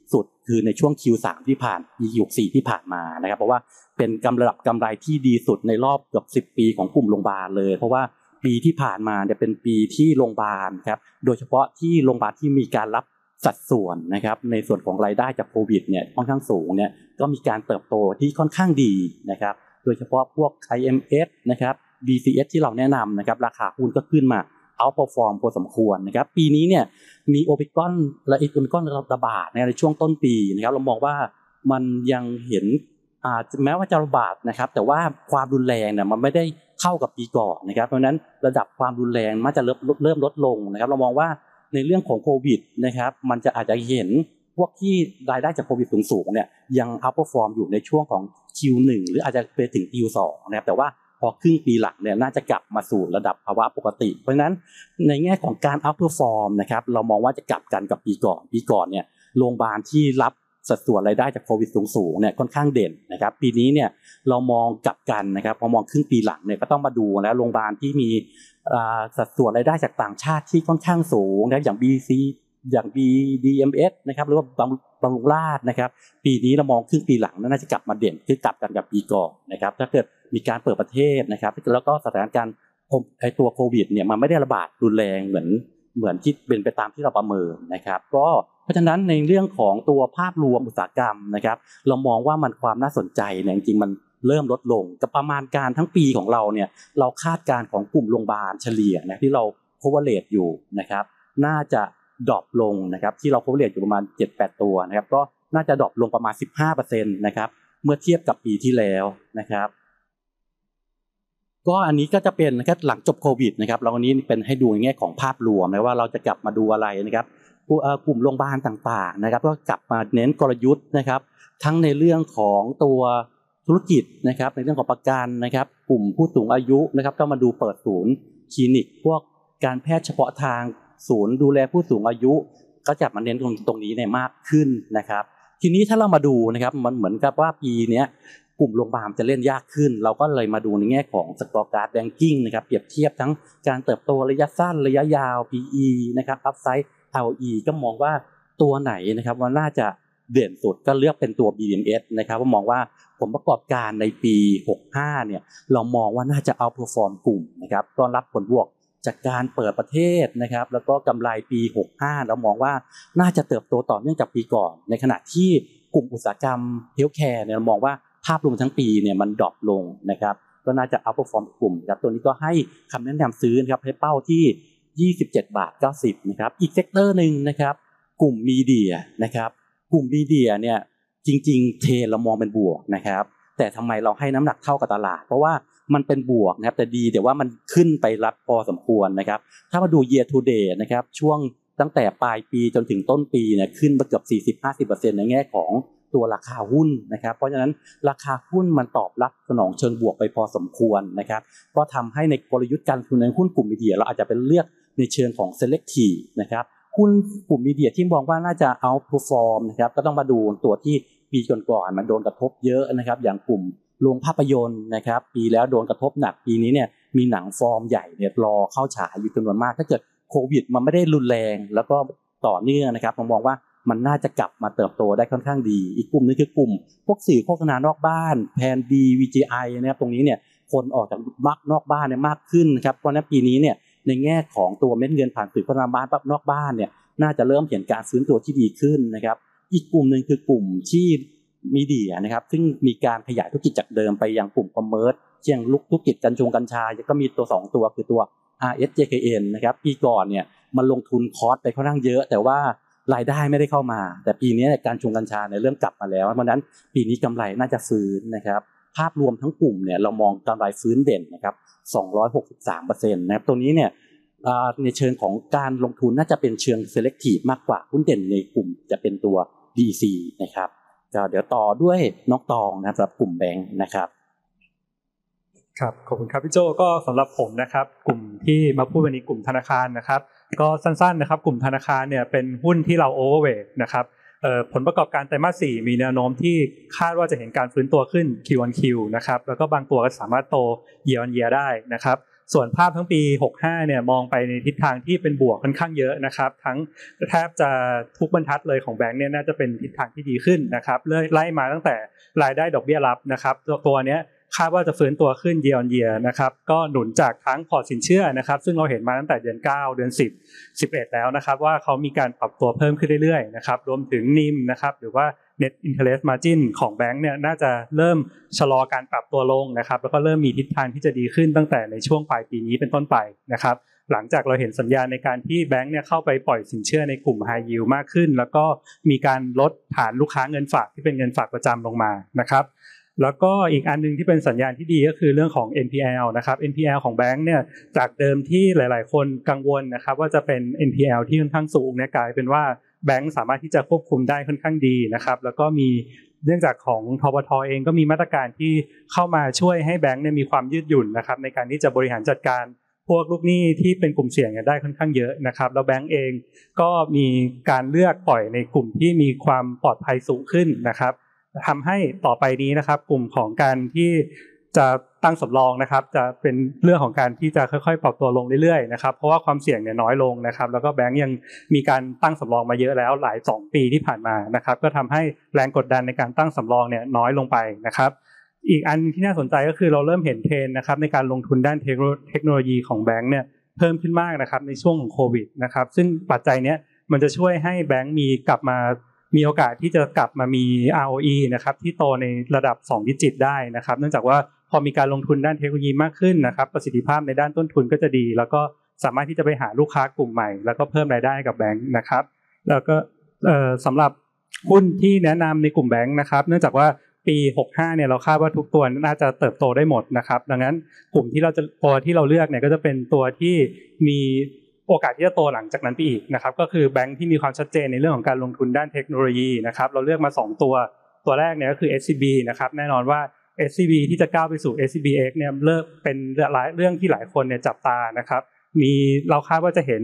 สุดคือในช่วง Q3 ที่ผ่าน Q4 ที่ผ่านมานะครับเพราะว่าเป็นระดับกำไรที่ดีสุดในรอบเกือบ10 ปีของกลุ่มโรงพยาบาลเลยเพราะว่าปีที่ผ่านมาเนี่ยเป็นปีที่โรงพยาบาลครับโดยเฉพาะที่โรงพยาบาลที่มีการรับสัดส่วนนะครับในส่วนของรายได้จากโควิดเนี่ยค่อนข้างสูงเนี่ยก็มีการเติบโตที่ค่อนข้างดีนะครับโดยเฉพาะพวก IMS นะครับ BCS ที่เราแนะนำนะครับราคาหุ้นก็ขึ้นมาoutperform พอสมควรนะครับปีนี้เนี่ยมีโอมิครอนและอีกโอมิครอนระบาดในช่วงต้นปีนะครับเรามองว่ามันยังเห็นแม้ว่าจะระบาดนะครับแต่ว่าความรุนแรงเนี่ยมันไม่ได้เท่ากับปีก่อนนะครับเพราะฉะนั้นระดับความรุนแรงมันจะเริ่มลดลงนะครับเรามองว่าในเรื่องของโควิดนะครับมันจะอาจจะเห็นพวกที่รายได้จากโควิดสูงๆเนี่ยยัง outperform อยู่ในช่วงของ Q1 หรืออาจจะไปถึง Q2 นะครับแต่ว่าพอครึ่งปีหลังเนี่ยน่าจะกลับมาสู่ระดับภาวะปกติเพราะฉะนั้นในแง่ของการ outperform นะครับเรามองว่าจะกลับกันกับปีก่อนเนี่ยโรงพยาบาลที่รับสัดส่วนรายได้จากโควิดสูงๆเนี่ยค่อนข้างเด่นนะครับปีนี้เนี่ยเรามองกลับกันนะครับพอมองครึ่งปีหลังเนี่ยก็ต้องมาดูนะโรงพยาบาลที่มีสัดส่วนรายได้จากต่างชาติที่ค่อนข้างสูงนะอย่าง BC อย่าง BDMS นะครับหรือว่าบำรุงราษฎร์นะครับปีนี้เรามองครึ่งปีหลังน่าจะกลับมาเด่นคือกลับกันกับปีก่อนนะครับถ้าเกิดมีการเปิดประเทศนะครับแล้วก็สถานการณ์ตัวโควิดเนี่ยมันไม่ได้ระบาดรุนแรงเหมือนที่เป็นไปตามที่เราประเมินนะครับก็เพราะฉะนั้นในเรื่องของตัวภาพรวมอุตสาหกรรมนะครับเรามองว่ามันความน่าสนใจเนี่ยจริงๆมันเริ่มลดลงกับประมาณการทั้งปีของเราเนี่ยเราคาดการณ์ของกลุ่มโรงพยาบาลเฉลี่ยนะที่เรา coverage อยู่นะครับน่าจะดรอปลงนะครับที่เรา coverage อยู่ประมาณ 7-8 ตัวนะครับก็น่าจะดรอปลงประมาณ 15% นะครับเมื่อเทียบกับปีที่แล้วนะครับก็อันนี้ก็จะเป็นนะครับหลังจบโควิดนะครับเราวันนี้เป็นให้ดูในแง่ของภาพรวมนะว่าเราจะกลับมาดูอะไรนะครับกลุ่มโรงพยาบาลต่างๆนะครับก็กลับมาเน้นกลยุทธ์นะครับทั้งในเรื่องของตัวธุรกิจนะครับในเรื่องของประกันนะครับกลุ่มผู้สูงอายุนะครับก็มาดูเปิดศูนย์คลินิกพวกการแพทย์เฉพาะทางศูนย์ดูแลผู้สูงอายุก็จะมาเน้นตรงนี้เนี่ยมากขึ้นนะครับทีนี้ถ้าเรามาดูนะครับมันเหมือนกับว่าปีนี้กลุ่มโรงพยาบาลจะเล่นยากขึ้นเราก็เลยมาดูในแง่ของสกอร์การ์ดแรงกิ้งนะครับเปรียบเทียบทั้งการเติบโตระยะสั้นระยะยาว PE นะครับอัพไซด์ ROE ก็มองว่าตัวไหนนะครับว่าน่าจะเด่นสุดก็เลือกเป็นตัว BDMs นะครับว่ามองว่าผลประกอบการในปี65เนี่ยเรามองว่าน่าจะ outperform กลุ่มนะครับก็รับผลบวกจากการเปิดประเทศนะครับแล้วก็กำไรปี65เรามองว่าน่าจะเติบโตต่อเนื่องจากปีก่อนในขณะที่กลุ่มอุตสาหกรรมเฮลท์แคร์เนี่ยเรามองว่าภาพรวมทั้งปีเนี่ยมันดรอปลงนะครับก็น่าจะ outperform กลุ่มครับตัวนี้ก็ให้คำแนะนำซื้อนะครับให้เป้าที่27.90 นะครับอีกเซกเตอร์นึงนะครับกลุ่มมีเดียนะครับกลุ่มมีเดียเนี่ยจริงๆเทรนเรามองเป็นบวกนะครับแต่ทำไมเราให้น้ำหนักเท่ากับตลาดเพราะว่ามันเป็นบวกนะครับแต่ดีแต่ว่ามันขึ้นไปรับพอสมควรนะครับถ้ามาดู year to date นะครับช่วงตั้งแต่ปลายปีจนถึงต้นปีเนี่ยขึ้นมาเกือบ 40-50% ในแง่ของตัวราคาหุ้นนะครับเพราะฉะนั้นราคาหุ้นมันตอบรับสนองเชิงบวกไปพอสมควรนะครับก็ทำให้ในกลยุทธ์การลงทุนในหุ้นกลุ่มมีเดียเราอาจจะเป็นเลือกในเชิงของ selective นะครับหุ้นกลุ่มมีเดียที่มองว่าน่าจะ outperform นะครับก็ต้องมาดูตัวที่ปีก่อนๆมันโดนกระทบเยอะนะครับอย่างกลุ่มโรงภาพยนตร์นะครับปีแล้วโดนกระทบหนักปีนี้เนี่ยมีหนังฟอร์มใหญ่เนี่ยรอเข้าฉายอยู่จำนวนมากถ้าเกิดโควิดมันไม่ได้รุนแรงแล้วก็ต่อเนื่องนะครับผมมองว่ามันน่าจะกลับมาเติบโตได้ค่อนข้างดีอีกกลุ่มนึงคือกลุ่มพวกสื่อโฆษณานอกบ้านแพนดี VGI นะครับตรงนี้เนี่ยคนออกจากนอกบ้านเนี่ยมากขึ้นนะครับเพราะฉะนั้นปีนี้เนี่ยในแง่ของตัวเม็ดเงินผ่านสื่อโฆษณาบ้านนอกบ้านเนี่ยน่าจะเริ่มเห็นการฟื้นตัวที่ดีขึ้นนะครับอีกกลุ่มนึงคือกลุ่มที่มีเดียนะครับซึ่งมีการขยายธุรกิจจากเดิมไปยังกลุ่มคอมเมอร์สเช่นธุรกิจกัญชาก็มีตัว2ตัวคือตัว RSJKN นะครับปีก่อนเนี่ยมันลงทุนคอสไปค่อนข้างเยอะแต่ว่ารายได้ไม่ได้เข้ามาแต่ปีนี้การกัญชาเนี่ยเริ่มกลับมาแล้วเพราะนั้นปีนี้กำไรน่าจะฟื้นนะครับภาพรวมทั้งกลุ่มเนี่ยเรามองกำไรฟื้นเด่นนะครับ 263% นะครับตัวนี้เนี่ยในเชิงของการลงทุนน่าจะเป็นเชิง selective มากกว่าหุ้นเด่นในกลุ่มจะเป็นตัว DC นะครับเดี๋ยวต่อด้วยน้องตองนะครับสำหรับกลุ่มแบงค์นะครับครับขอบคุณครับพี่โจก็สำหรับผมนะครับกลุ่มที่มาพูดวันนี้กลุ่มธนาคารนะครับก็สั้นๆนะครับกลุ่มธนาคารเนี่ยเป็นหุ้นที่เราโอเวอร์เวทนะครับผลประกอบการไตรมาส 4มีแนวโน้มที่คาดว่าจะเห็นการฟื้นตัวขึ้น Q-on-Q นะครับแล้วก็บางตัวก็สามารถโต Year on Year ได้นะครับส่วนภาพทั้งปี65เนี่ยมองไปในทิศทางที่เป็นบวกค่อนข้างเยอะนะครับทั้งแทบจะทุกบรรทัดเลยของแบงค์เนี่ยน่าจะเป็นทิศทางที่ดีขึ้นนะครับไล่มาตั้งแต่รายได้ดอกเบี้ยรับนะครับตัวเนี้ยคาดว่าจะฟื้นตัวขึ้น year on year นะครับก็หนุนจากทั้งพอร์ตสินเชื่อนะครับซึ่งเราเห็นมาตั้งแต่เดือน9เดือน10 11แล้วนะครับว่าเขามีการปรับตัวเพิ่มขึ้นเรื่อยๆนะครับรวมถึงNIMนะครับหรือว่า net interest margin ของแบงค์เนี่ยน่าจะเริ่มชะลอการปรับตัวลงนะครับแล้วก็เริ่มมีทิศทางที่จะดีขึ้นตั้งแต่ในช่วงปลายปีนี้เป็นต้นไปนะครับหลังจากเราเห็นสัญญาณในการที่แบงค์เนี่ยเข้าไปปล่อยสินเชื่อในกลุ่ม high yield มากขึ้นแล้วก็มีการลดฐานลูกค้าเงินฝากที่เป็นเงินฝากประจำลงมานะครับแล้วก็อีกอันนึงที่เป็นสัญญาณที่ดีก็คือเรื่องของ NPL นะครับ NPL ของแบงค์เนี่ยจากเดิมที่หลายๆคนกังวลนะครับว่าจะเป็น NPL ที่ค่อนข้างสูงเนี่ยกลายเป็นว่าแบงค์สามารถที่จะควบคุมได้ค่อนข้างดีนะครับแล้วก็มีเนื่องจากของธปท.เองก็มีมาตรการที่เข้ามาช่วยให้แบงค์เนี่ยมีความยืดหยุ่นนะครับในการที่จะบริหารจัดการพวกลูกหนี้ที่เป็นกลุ่มเสี่ยงได้ค่อนข้างเยอะนะครับแล้วแบงค์เองก็มีการเลือกปล่อยในกลุ่มที่มีความปลอดภัยสูงขึ้นนะครับทำให้ต่อไปนี้นะครับกลุ่มของการที่จะตั้งสำรองนะครับจะเป็นเรื่องของการที่จะค่อยๆปรับตัวลงเรื่อยๆนะครับเพราะว่าความเสี่ยงเนี่ยน้อยลงนะครับแล้วก็แบงก์ยังมีการตั้งสำรองมาเยอะแล้วหลาย2ปีที่ผ่านมานะครับก็ทำให้แรงกดดันในการตั้งสำรองเนี่ยน้อยลงไปนะครับอีกอันที่น่าสนใจก็คือเราเริ่มเห็นเทรนด์นะครับในการลงทุนด้านเทคโนโลยีของแบงก์เนี่ยเพิ่มขึ้นมากนะครับในช่วงของโควิดนะครับซึ่งปัจจัยเนี้ยมันจะช่วยให้แบงก์มีโอกาสที่จะกลับมามี ROE นะครับที่โตในระดับ2ดิจิตได้นะครับเนื่องจากว่าพอมีการลงทุนด้านเทคโนโลยีมากขึ้นนะครับประสิทธิภาพในด้านต้นทุนก็จะดีแล้วก็สามารถที่จะไปหาลูกค้ากลุ่มใหม่แล้วก็เพิ่มรายได้กับแบงค์นะครับแล้วก็สำหรับหุ้นที่แนะนำในกลุ่มแบงค์นะครับเนื่องจากว่าปี65เนี่ยเราคาดว่าทุกตัวน่าจะเติบโตได้หมดนะครับดังนั้นกลุ่มที่เราเลือกเนี่ยก็จะเป็นตัวที่มีโอกาสที่จะโตหลังจากนั้นไปอีกนะครับก็คือแบงค์ที่มีความชัดเจนในเรื่องของการลงทุนด้านเทคโนโลยีนะครับเราเลือกมา2ตัวแรกเนี่ยก็คือ SCB นะครับแน่นอนว่า SCB ที่จะก้าวไปสู่ SCBX เนี่ยเริ่มเป็นเรื่องที่หลายคนเนี่ยจับตานะครับเราคาดว่าจะเห็น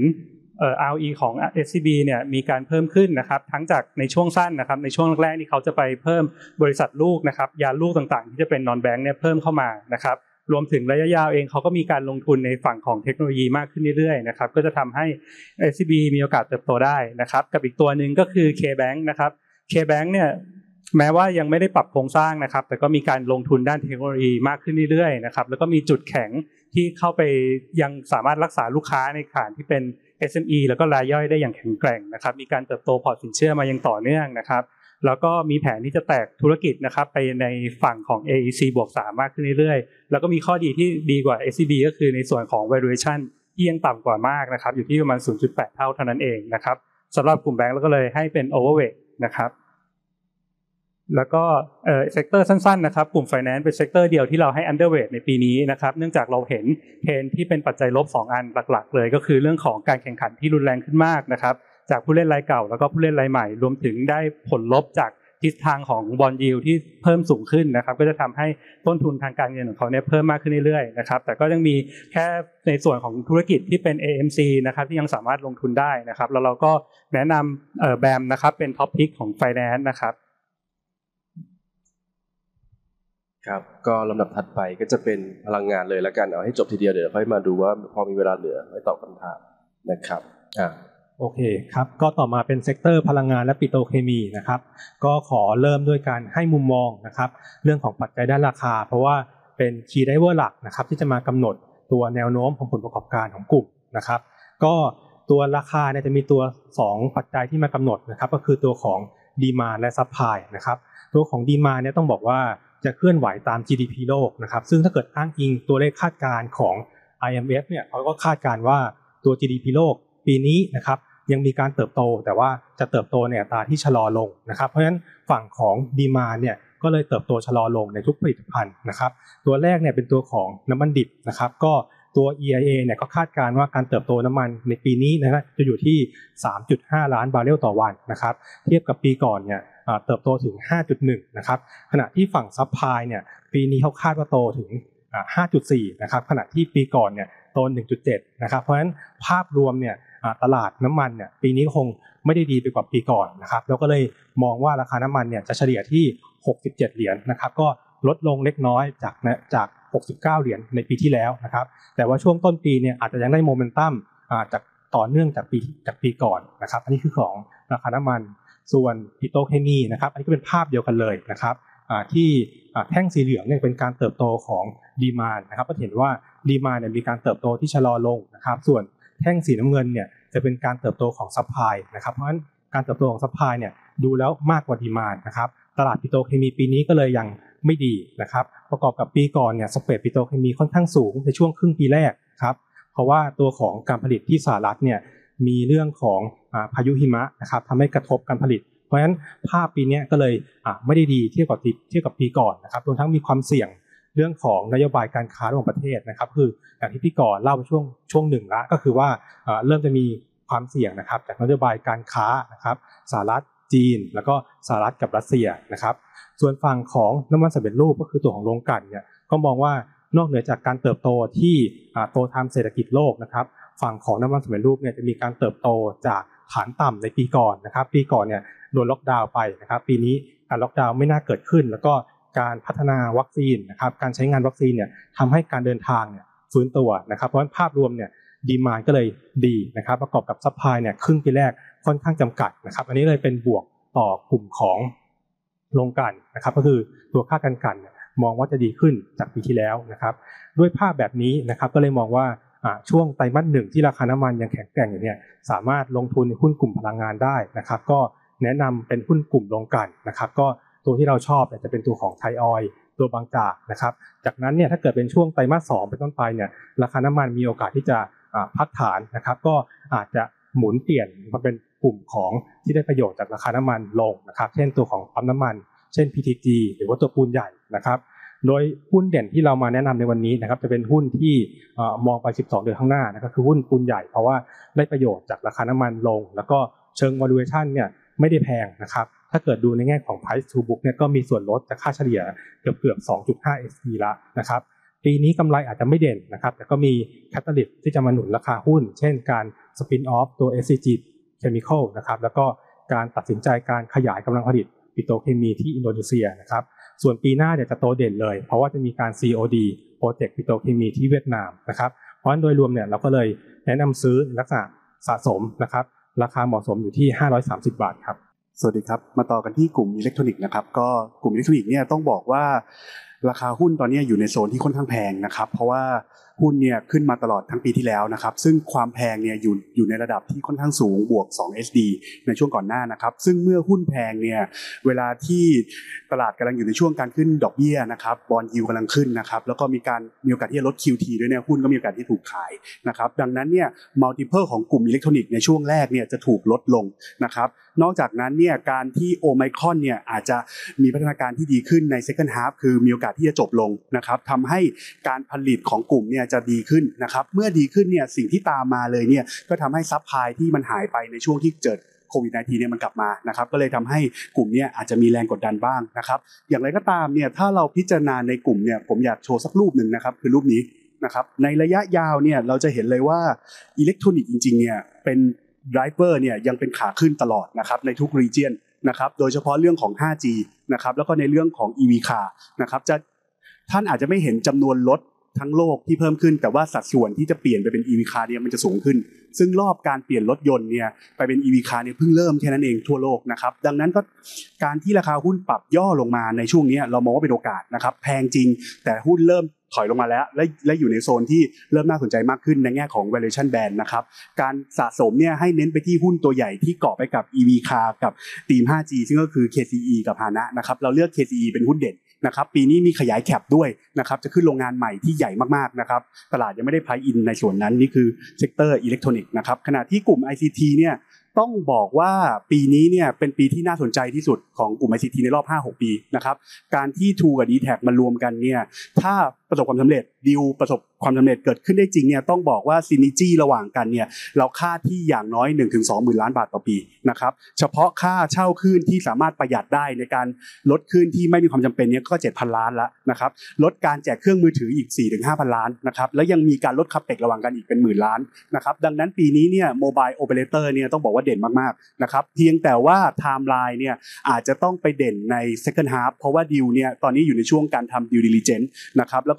ROE ของ SCB เนี่ยมีการเพิ่มขึ้นนะครับทั้งจากในช่วงสั้นนะครับในช่วงแรกที่เขาจะไปเพิ่มบริษัทลูกนะครับยาลูกต่างๆที่จะเป็น non bank เนี่ยเพิ่มเข้ามานะครับรวมถึงระยะยาวเองเขาก็มีการลงทุนในฝั่งของเทคโนโลยีมากขึ้นเรื่อยๆนะครับก็จะทำให้ SCB มีโอกาสเติบโตได้นะครับกับอีกตัวนึงก็คือ KBank นะครับ KBank เนี่ยแม้ว่ายังไม่ได้ปรับโครงสร้างนะครับแต่ก็มีการลงทุนด้านเทคโนโลยีมากขึ้นเรื่อยๆนะครับแล้วก็มีจุดแข็งที่เข้าไปยังสามารถรักษาลูกค้าในฐานที่เป็น SME แล้วก็รายย่อยได้อย่างแข็งแกร่งนะครับมีการเติบโตพอร์ตสินเชื่อมาอย่างต่อเนื่องนะครับแล้วก็มีแผนที่จะแตกธุรกิจนะครับไปในฝั่งของ AEC บวก 3มากขึ้นเรื่อยๆแล้วก็มีข้อดีที่ดีกว่า SCB ก็คือในส่วนของ valuation ที่ยังต่ำกว่ามากนะครับอยู่ที่ประมาณ 0.8 เท่าเท่านั้นเองนะครับสำหรับกลุ่มแบงก์เราก็เลยให้เป็น overweight นะครับแล้วก็เซกเตอร์สั้นๆนะครับกลุ่ม Finance เป็นเซกเตอร์เดียวที่เราให้ underweight ในปีนี้นะครับเนื่องจากเราเห็นเทรนที่เป็นปัจจัยลบ2อันหลักๆเลยก็คือเรื่องของการแข่งขันที่รุนแรงขึ้นมากนะครับจากผู้เล่นรายเก่าแล้วก็ผู้เล่นรายใหม่รวมถึงได้ผลลบจากทิศทางของบอนด์ยิลด์ที่เพิ่มสูงขึ้นนะครับก็จะทำให้ต้นทุนทางการเงินของเขาเนี่ยเพิ่มมากขึ้นเรื่อยๆนะครับแต่ก็ยังมีแค่ในส่วนของธุรกิจที่เป็น AMC นะครับที่ยังสามารถลงทุนได้นะครับแล้วเราก็แนะนำแบมนะครับเป็นท็อปพิกของ Finance นะครับครับก็ลำดับถัดไปก็จะเป็นพลังงานเลยแล้วกันเอาให้จบทีเดียวเดี๋ยวค่อยมาดูว่าพอมีเวลาเหลือให้ตอบคำถามนะครับโอเคครับก็ต่อมาเป็นเซกเตอร์พลังงานและปิโตรเคมีนะครับก็ขอเริ่มด้วยการให้มุมมองนะครับเรื่องของปัจจัยด้านราคาเพราะว่าเป็น Key Driver หลักนะครับที่จะมากำหนดตัวแนวโน้มของผลประกอบการของกลุ่มนะครับก็ตัวราคาเนี่ยจะมีตัว2ปัจจัยที่มากำหนดนะครับก็คือตัวของ Demand และ Supply นะครับตัวของ Demand เนี่ยต้องบอกว่าจะเคลื่อนไหวตาม GDP โลกนะครับซึ่งถ้าเกิดอ้างอิงตัวเลขคาดการณ์ของ IMF เนี่ยเขาก็คาดการณ์ว่าตัว GDP โลกปีนี้นะครับยังมีการเติบโตแต่ว่าจะเติบโตในอัตราที่ชะลอลงนะครับเพราะฉะนั้นฝั่งของดีมานด์เนี่ยก็เลยเติบโตชะลอลงในทุกผลิตภัณฑ์นะครับตัวแรกเนี่ยเป็นตัวของน้ำมันดิบนะครับก็ตัว EIA เนี่ยก็คาดการณ์ว่าการเติบโตน้ำมันในปีนี้นะจะอยู่ที่ 3.5 ล้านบาร์เรลต่อวันนะครับเทียบกับปีก่อนเนี่ยเติบโตถึง 5.1 นะครับขณะที่ฝั่งซัพพลายเนี่ยปีนี้เขาคาดว่าโตถึง 5.4 นะครับขณะที่ปีก่อนเนี่ยโต 1.7 นะครับเพราะฉะนั้นภาพรวมเนี่ยตลาดน้ำมันเนี่ยปีนี้คงไม่ได้ดีไปกว่าปีก่อนนะครับแล้วก็เลยมองว่าราคาน้ำมันเนี่ยจะเฉลี่ยที่$67นะครับก็ลดลงเล็กน้อยจาก 69เหรียญในปีที่แล้วนะครับแต่ว่าช่วงต้นปีเนี่ยอาจจะยังได้โมเมนตัมจากต่อเนื่องจากปีก่อนนะครับอันนี้คือของราคาน้ำมันส่วนปิโตรเคมีนะครับอันนี้ก็เป็นภาพเดียวกันเลยนะครับที่แท่งสีเหลืองเนี่ยเป็นการเติบโตของดีมานด์นะครับก็เห็นว่าดีมานด์เนี่ยมีการเติบโตที่ชะลอลงนะครับส่วนแท่งสีน้ำเงินเนี่ยจะเป็นการเติบโตของซัพพลายนะครับเพราะฉะนั้นการเติบโตของซัพพลายเนี่ยดูแล้วมากกว่าดีมานด์นะครับตลาดปิโตรเคมีปีนี้ก็เลยยังไม่ดีนะครับประกอบกับปีก่อนเนี่ยสเปรดปิโตรเคมีค่อนข้างสูงในช่วงครึ่งปีแรกครับเพราะว่าตัวของการผลิตที่สหรัฐเนี่ยมีเรื่องของพายุหิมะนะครับทำให้กระทบการผลิตเพราะฉะนั้นภาพปีนี้ก็เลยไม่ได้ดีเทียบกับปีก่อนนะครับรวมทั้งมีความเสี่ยงเรื่องของนโยบายการค้าระหว่างประเทศนะครับคืออย่างที่พี่ก่อเล่าไปช่วงหนึ่งละก็คือว่าเริ่มจะมีความเสี่ยงนะครับจากนโยบายการค้านะครับสหรัฐจีนแล้วก็สหรัฐกับรัสเซียนะครับส่วนฝั่งของน้ำมันสำเร็จรูปก็คือตัวของโรงกลั่นเนี่ยก็มองว่านอกเหนือจากการเติบโตที่โตตามเศรษฐกิจโลกนะครับฝั่งของน้ำมันสำเร็จรูปเนี่ยจะมีการเติบโตจากฐานต่ำในปีก่อนนะครับปีก่อนเนี่ยโดนล็อกดาวน์ไปนะครับปีนี้การล็อกดาวน์ไม่น่าเกิดขึ้นแล้วก็การพัฒนาวัคซีนนะครับการใช้งานวัคซีนเนี่ยทำให้การเดินทางเนี่ยฟื้นตัวนะครับเพราะฉะนั้นภาพรวมเนี่ยดีมานด์ก็เลยดีนะครับประกอบกับซัพพลายเนี่ยครึ่งปีแรกค่อนข้างจำกัดนะครับอันนี้เลยเป็นบวกต่อกลุ่มของโรงกลั่นนะครับก็คือตัวค่าการกลั่นมองว่าจะดีขึ้นจากปีที่แล้วนะครับด้วยภาพแบบนี้นะครับก็เลยมองว่าช่วงไตรมาส 1ที่ราคาน้ำมันยังแข็งแกร่งอยู่เนี่ยสามารถลงทุนในหุ้นกลุ่มพลังงานได้นะครับก็แนะนำเป็นหุ้นกลุ่มโรงกลั่นนะครับก็ตัวที่เราชอบจะเป็นตัวของไทยออยล์ตัวบางจากนะครับจากนั้นเนี่ยถ้าเกิดเป็นช่วงไตรมาส 2เป็นต้นไปเนี่ยราคาน้ำมันมีโอกาสที่จะพักฐานนะครับก็อาจจะหมุนเปลี่ยนมาเป็นกลุ่มของที่ได้ประโยชน์จากราคาน้ำมันลงนะครับเช่นตัวของปั๊มน้ำมันเช่น PTG หรือว่าตัวปูนใหญ่นะครับโดยหุ้นเด่นที่เรามาแนะนำในวันนี้นะครับจะเป็นหุ้นที่มองไป12เดือนข้างหน้านะครับคือหุ้นปูนใหญ่เพราะว่าได้ประโยชน์จากราคาน้ำมันลงแล้วก็เชิง valuation เนี่ยไม่ได้แพงนะครับถ้าเกิดดูในแง่ของ price to book เนี่ยก็มีส่วนลดจากค่าเฉลี่ยเกือบ 2.5 SP ละนะครับปีนี้กำไรอาจจะไม่เด่นนะครับแต่ก็มี catalyst ที่จะมาหนุนราคาหุ้นเช่นการ spin off ตัว SCG Chemical นะครับแล้วก็การตัดสินใจการขยายกำลังผลิตปิโตรเคมีที่อินโดนีเซียนะครับส่วนปีหน้าเนี่ยจะโตเด่นเลยเพราะว่าจะมีการ COD โปรเจกต์ปิโตรเคมีที่เวียดนามนะครับเพราะฉะนั้นโดยรวมเนี่ยเราก็เลยแนะนำซื้อลักษณะสะสมนะครับราคาเหมาะสมอยู่ที่530 บาทครับสวัสดีครับมาต่อกันที่กลุ่มอิเล็กทรอนิกส์นะครับก็กลุ่มอิเล็กทรอนิกส์เนี่ยต้องบอกว่าราคาหุ้นตอนนี้อยู่ในโซนที่ค่อนข้างแพงนะครับเพราะว่าหุ้นเนี่ยขึ้นมาตลอดทั้งปีที่แล้วนะครับซึ่งความแพงเนี่ยอยู่ในระดับที่ค่อนข้างสูงบวก2 SD ในช่วงก่อนหน้านะครับซึ่งเมื่อหุ้นแพงเนี่ยเวลาที่ตลาดกำลังอยู่ในช่วงการขึ้นดอกเบี้ยนะครับบอนด์ยิลด์กำลังขึ้นนะครับแล้วก็มีโอกาสที่จะลด QT ด้วยเนี่ยหุ้นก็มีโอกาสที่ถูกขายนะครับดังนั้นเนี่ยมัลติเพิลของกลุ่มอิเล็กทรอนิกส์ในช่วงแรกเนี่ยจะถูกลดลงนะครับนอกจากนั้นเนี่ยการที่โอไมครอนเนี่ยอาจจะมีพัฒนาการที่ดีขึ้นใน second half คือมีโอกาสที่จะจบลงนะครับทำให้การผลิตของกลุ่มเนี่ยจะดีขึ้นนะครับเมื่อดีขึ้นเนี่ยสิ่งที่ตามมาเลยเนี่ยก็ทำให้ซัพพลายที่มันหายไปในช่วงที่เกิดโควิด -19 เนี่ยมันกลับมานะครับก็เลยทำให้กลุ่มเนี่ยอาจจะมีแรงกดดันบ้างนะครับอย่างไรก็ตามเนี่ยถ้าเราพิจารณาในกลุ่มเนี่ยผมอยากโชว์สักรูปนึงนะครับคือรูปนี้นะครับในระยะยาวเนี่ยเราจะเห็นเลยว่าอิเล็กทรอนิกส์จริงๆเนี่ยเป็นไดรเวอร์เนี่ยยังเป็นขาขึ้นตลอดนะครับในทุกรีเจียนนะครับโดยเฉพาะเรื่องของ 5G นะครับแล้วก็ในเรื่องของ EV car นะครับท่านอาจจะไม่เห็นจำนวนรถทั้งโลกที่เพิ่มขึ้นแต่ว่าสัดส่วนที่จะเปลี่ยนไปเป็น EV car เนี่ยมันจะสูงขึ้นซึ่งรอบการเปลี่ยนรถยนต์เนี่ยไปเป็น EV car เนี่ยเพิ่งเริ่มแค่นั้นเองทั่วโลกนะครับดังนั้นก็การที่ราคาหุ้นปรับย่อลงมาในช่วงนี้เรามองว่าเป็นโอกาสนะครับแพงจริงแต่หุ้นเริ่มถอยลงมาแล้วและอยู่ในโซนที่เริ่มน่าสนใจมากขึ้นในแง่ของ valuation band นะครับการสะสมเนี่ยให้เน้นไปที่หุ้นตัวใหญ่ที่เกาะไปกับ EV car กับธีม 5G ซึ่งก็คือ KCE กับ HANA นะครับเราเลือก KCE เป็นหุ้นเด่นนะครับปีนี้มีขยายแคปด้วยนะครับจะขึ้นโรงงานใหม่ที่ใหญ่มากๆนะครับตลาดยังไม่ได้ไพรซ์อินในส่วนนั้นนี่คือเซกเตอร์อิเล็กทรอนิกส์นะครับขณะที่กลุ่ม ICT เนี่ยต้องบอกว่าปีนี้เนี่ยเป็นปีที่น่าสนใจที่สุดของกลุ่ม ICT ในรอบ 5-6 ปีนะครับการที่ True กับ D-Tag มารวมกันเนี่ยถ้าประสบความสำเร็จดีลประสบความสำเร็จเกิดขึ้นได้จริงเนี่ยต้องบอกว่าซินิจี้ระหว่างกันเนี่ยเราคาดที่อย่างน้อย 1-2 หมื่นล้านบาทต่อปีนะครับเฉพาะค่าเช่าคลื่นที่สามารถประหยัดได้ในการลดคลื่นที่ไม่มีความจำเป็นเนี่ยก็ 7,000 ล้านแล้วนะครับลดการแจกเครื่องมือถืออีก 4-5,000 ล้านนะครับแล้วยังมีการลดคัพเปกระหว่างกันอีกเป็นหมื่นล้านนะครับดังนั้นปีนี้เนี่ยโมบายโอเปอเรเตอร์เนี่ยต้องบอกว่าเด่นมากๆนะครับเพียงแต่ว่าไทม์ไลน์เนี่ยอาจจะต้องไปเด่นใน second half เพราะว่าดีลเนี่ยตอนนี้อยู่ในช่วงการทำ due diligence นะครับแล้วก็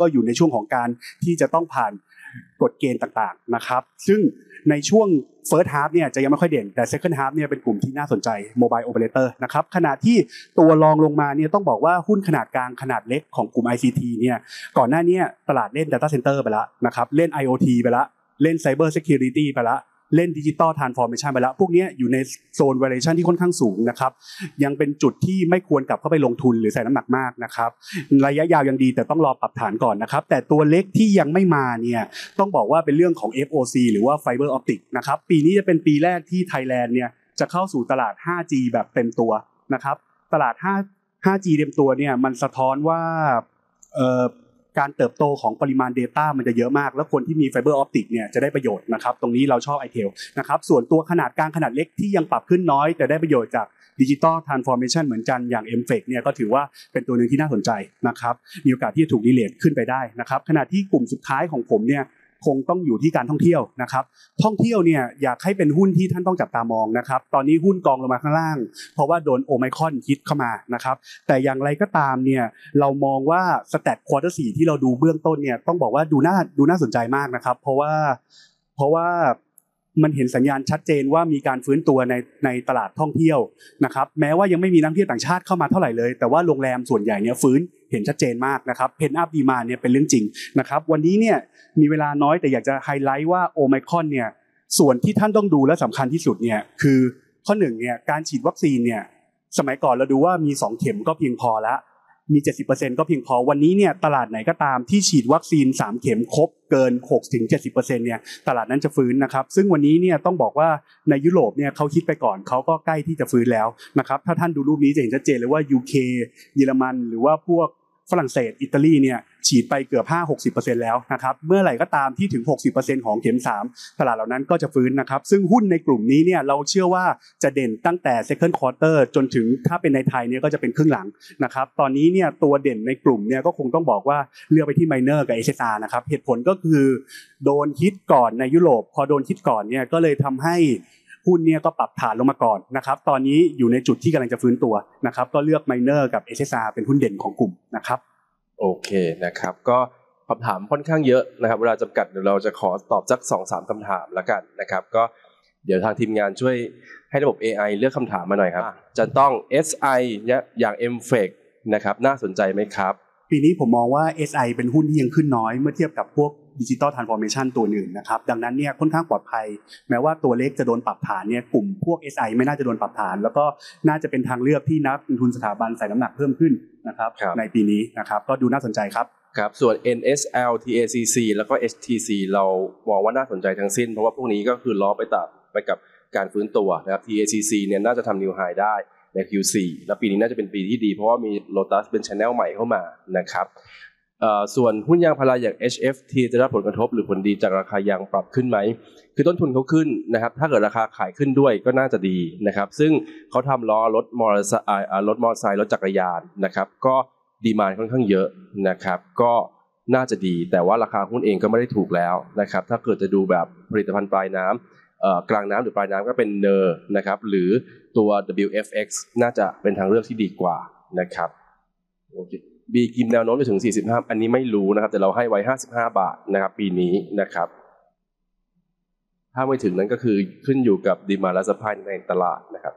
ก็อยู่ในช่วงของการที่จะต้องผ่านกฎเกณฑ์ต่างๆนะครับซึ่งในช่วง first half เนี่ยจะยังไม่ค่อยเด่นแต่ second half เนี่ยเป็นกลุ่มที่น่าสนใจ mobile operator นะครับขณะที่ตัวรองลงมาเนี่ยต้องบอกว่าหุ้นขนาดกลางขนาดเล็กของกลุ่ม ICT เนี่ยก่อนหน้านี้ตลาดเล่น data center ไปแล้วนะครับเล่น IoT ไปแล้วเล่น cyber security ไปแล้วเล่น digital transformation ไปแล้วพวกนี้อยู่ในโซน valuation ที่ค่อนข้างสูงนะครับยังเป็นจุดที่ไม่ควรกลับเข้าไปลงทุนหรือใส่น้ำหนักมากนะครับระยะยาวยังดีแต่ต้องรอปรับฐานก่อนนะครับแต่ตัวเล็กที่ยังไม่มาเนี่ยต้องบอกว่าเป็นเรื่องของ FOC หรือว่า Fiber Optic นะครับปีนี้จะเป็นปีแรกที่ไทยแลนด์เนี่ยจะเข้าสู่ตลาด 5G แบบเต็มตัวนะครับตลาด 5G เต็มตัวเนี่ยมันสะท้อนว่าการเติบโตของปริมาณ Data มันจะเยอะมากแล้วคนที่มี Fiber Optic เนี่ยจะได้ประโยชน์นะครับตรงนี้เราชอบ iTel นะครับส่วนตัวขนาดกลางขนาดเล็กที่ยังปรับขึ้นน้อยแต่ได้ประโยชน์จาก Digital Transformation เหมือนกันอย่าง MFX เนี่ยก็ถือว่าเป็นตัวหนึ่งที่น่าสนใจนะครับมีโอกาสที่จะถูกรีเลทขึ้นไปได้นะครับขณะที่กลุ่มสุดท้ายของผมเนี่ยคงต้องอยู่ที่การท่องเที่ยวนะครับท่องเที่ยวเนี่ยอยากให้เป็นหุ้นที่ท่านต้องจับตามองนะครับตอนนี้หุ้นกองลงมาข้างล่างเพราะว่าโดนโอไมครอนฮิตเข้ามานะครับแต่อย่างไรก็ตามเนี่ยเรามองว่าสแตทควอเตอร์4ที่เราดูเบื้องต้นเนี่ยต้องบอกว่าดูน่าสนใจมากนะครับเพราะว่ามันเห็นสัญญาณชัดเจนว่ามีการฟื้นตัวในตลาดท่องเที่ยวนะครับแม้ว่ายังไม่มีนักท่องเที่ยวต่างชาติเข้ามาเท่าไหร่เลยแต่ว่าโรงแรมส่วนใหญ่เนี่ยฟื้นเห็นชัดเจนมากนะครับเพนอัพดีมานด์เนี่ยเป็นเรื่องจริงนะครับวันนี้เนี่ยมีเวลาน้อยแต่อยากจะไฮไลท์ว่าโอไมครอนเนี่ยส่วนที่ท่านต้องดูและสำคัญที่สุดเนี่ยคือข้อ1เนี่ยการฉีดวัคซีนเนี่ยสมัยก่อนเราดูว่ามี2เข็มก็เพียงพอแล้วมี 70% ก็เพียงพอวันนี้เนี่ยตลาดไหนก็ตามที่ฉีดวัคซีน3เข็มครบเกิน 6-70% เนี่ยตลาดนั้นจะฟื้นนะครับซึ่งวันนี้เนี่ยต้องบอกว่าในยุโรปเนี่ยเขาคิดไปก่อนเขาก็ใกล้ที่จะฟื้นแล้วนะครับถ้าท่านดูรูปนี้จะเห็นชัดเจนเลยว่า UK เยอรมันหรือว่าพวกฝรั่งเศสอิตาลีเนี่ยฉีดไปเกือบ 5-60% แล้วนะครับเมื่อไหร่ก็ตามที่ถึง 60% ของเข็ม3ตลาดเหล่านั้นก็จะฟื้นนะครับซึ่งหุ้นในกลุ่มนี้เนี่ยเราเชื่อว่าจะเด่นตั้งแต่ second quarter จนถึงถ้าเป็นในไทยเนี่ยก็จะเป็นครึ่งหลังนะครับตอนนี้เนี่ยตัวเด่นในกลุ่มเนี่ยก็คงต้องบอกว่าเลือกไปที่ Miner กับ SSR นะครับเหตุผลก็คือโดนฮิตก่อนในยุโรปพอโดนฮิตก่อนเนี่ยก็เลยทำให้หุ้นเนี่ยก็ปรับฐานลงมาก่อนนะครับตอนนี้อยู่ในจุดที่กำลังจะฟื้นตัวนะครับก็เลือก Miner กับ SSR เป็นหุ้นเด่นของกลุ่มนะครับโอเคนะครับก็คำถามค่อนข้างเยอะนะครับเวลาจำกัดเดี๋ยวเราจะขอตอบสัก 2-3 คำถามแล้วกันนะครับก็เดี๋ยวทางทีมงานช่วยให้ระบบ AI เลือกคำถามมาหน่อยครับจะต้อง SI เนี่ยอย่าง MFX นะครับน่าสนใจไหมครับปีนี้ผมมองว่า SI เป็นหุ้นที่ยังขึ้นน้อยเมื่อเทียบกับพวก Digital Transformation ตัวอื่นนะครับดังนั้นเนี่ยค่อนข้างปลอดภัยแม้ว่าตัวเลขจะโดนปรับฐานเนี่ยกลุ่มพวก SI ไม่น่าจะโดนปรับฐานแล้วก็น่าจะเป็นทางเลือกที่นักลงทุนสถาบันใส่น้ำหนักเพิ่มขึ้นนะครับในปีนี้นะครับก็ดูน่าสนใจครับครับส่วน NSL TACC แล้วก็ HTC เรามองว่าน่าสนใจทั้งสิ้นเพราะว่าพวกนี้ก็คือล้อไปกับการฟื้นตัวนะครับ TACC เนี่ยน่าจะทำ New High ได้ใน Q4 แล้วปีนี้น่าจะเป็นปีที่ดีเพราะว่ามี Lotus เป็น Channel ใหม่เข้ามานะครับส่วนหุ้นยางพาราอย่าง HFT จะได้ผลกระทบหรือผลดีจากราคายางปรับขึ้นไหมคือต้นทุนเขาขึ้นนะครับถ้าเกิดราคาขายขึ้นด้วยก็น่าจะดีนะครับซึ่งเขาทำล้อรถมอเตอร์ไซค์รถจักรยานนะครับก็ดีมานด์ค่อนข้างเยอะนะครับก็น่าจะดีแต่ว่าราคาหุ้นเองก็ไม่ได้ถูกแล้วนะครับถ้าเกิดจะดูแบบผลิตภัณฑ์ปลายน้ำกลางน้ำหรือปลายน้ำก็เป็นเนอร์นะครับหรือตัว WFX น่าจะเป็นทางเลือกที่ดีกว่านะครับโอเคบีกิมแนวโน้มไปถึง45อันนี้ไม่รู้นะครับแต่เราให้ไว้55 บาทนะครับปีนี้นะครับถ้าไม่ถึงนั้นก็คือขึ้นอยู่กับดีมานด์และซัพพลายในตลาดนะครับ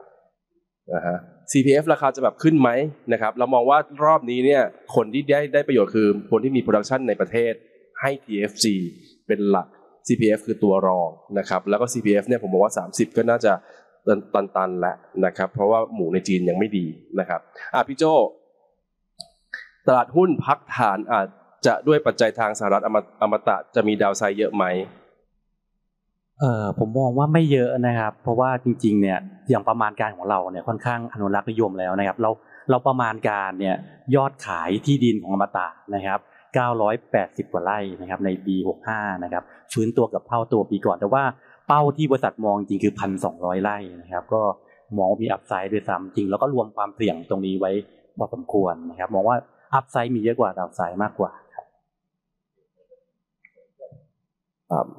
CPF ราคาจะแบบขึ้นไหมนะครับเรามองว่ารอบนี้เนี่ยคนที่ได้ประโยชน์คือคนที่มีโปรดักชันในประเทศให้ TFG เป็นหลัก CPF คือตัวรองนะครับแล้วก็ CPF เนี่ยผมบอกว่า30ก็น่าจะตันๆแล้วนะครับเพราะว่าหมูในจีนยังไม่ดีนะครับพี่โจตลาดหุ้นพักฐานอาจจะด้วยปัจจัยทางสหรัฐอมตะจะมีดาวไซด์เยอะไหมผมมองว่าไม่เยอะนะครับเพราะว่าจริงๆเนี่ยอย่างประมาณการของเราเนี่ยค่อนข้างอนุรักษ์นิยมแล้วนะครับเราประมาณการเนี่ยยอดขายที่ดินของอมตะนะครับ980 กว่าไร่นะครับในปี65นะครับฟื้นตัวกับเท่าตัวปีก่อนแต่ว่าเป้าที่บริษัทมองจริงคือ 1,200 ไร่นะครับก็มองมีอัพไซด์ด้วยซ้ำจริงแล้วก็รวมความเสี่ยงตรงนี้ไว้พอสมควรนะครับมองว่าอัพไซด์มีเยอะกว่าดาวไซด์มากกว่าครับ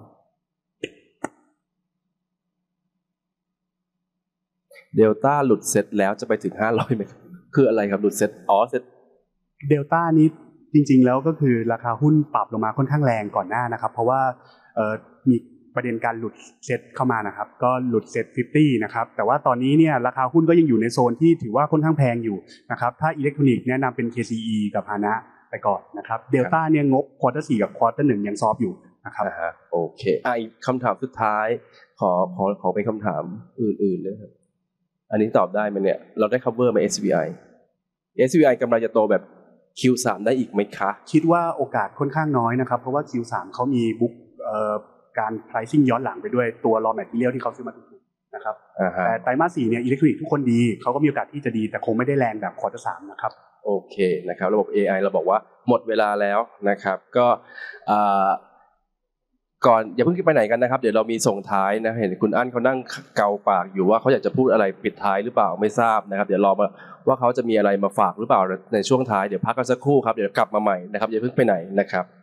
เดลต้าหลุดเซตแล้วจะไปถึง500ไหมคืออะไรครับหลุดเซตเซตเดลต้านี้จริงๆแล้วก็คือราคาหุ้นปรับลงมาค่อนข้างแรงก่อนหน้านะครับเพราะว่ามีประเด็นการหลุดเซ็ตเข้ามานะครับก็หลุดเซ็ต50นะครับแต่ว่าตอนนี้เนี่ยราคาหุ้นก็ยังอยู่ในโซนที่ถือว่าค่อนข้างแพงอยู่นะครับถ้าอิเล็กทรอนิกส์แนะนำเป็น KCE กับ HANA ไปก่อนนะครับเดลต้าเนี่ยงบควอเตอร์4กับควอเตอร์1ยังซอฟอยู่นะครับโอเคอีกคำถามสุดท้ายขอเป็นคำถามอื่นๆนะครับอันนี้ตอบได้ไหมเนี่ยเราได้ cover มา SVI กำลังจะโตแบบ Q3 ได้อีกไหมคะคิดว่าโอกาสค่อนข้างน้อยนะครับเพราะว่า Q3 เขามีบุ๊กการ pricing ย้อนหลังไปด้วยตัว raw material ที่เขาซื้อมาถูกๆนะครับแต่ไตรมาส4เนี่ยอิเล็กทรอนิกส์ทุกคนดีเขาก็มีโอกาสที่จะดีแต่คงไม่ได้แรงแบบควอเตอร์3นะครับโอเคนะครับระบบ AI เราบอกว่าหมดเวลาแล้วนะครับก็ก่อนอย่าเพิ่งไปไหนกันนะครับเดี๋ยวเรามีส่งท้ายนะเห็นคุณอั้นเขานั่งเกาปากอยู่ว่าเขาอยากจะพูดอะไรปิดท้ายหรือเปล่าไม่ทราบนะครับเดี๋ยวรอมาว่าเขาจะมีอะไรมาฝากหรือเปล่าในช่วงท้ายเดี๋ยวพักกันสักครู่ครับเดี๋ยวกลับมาใหม่นะครับอย่าเพิ่งไปไหนนะครับ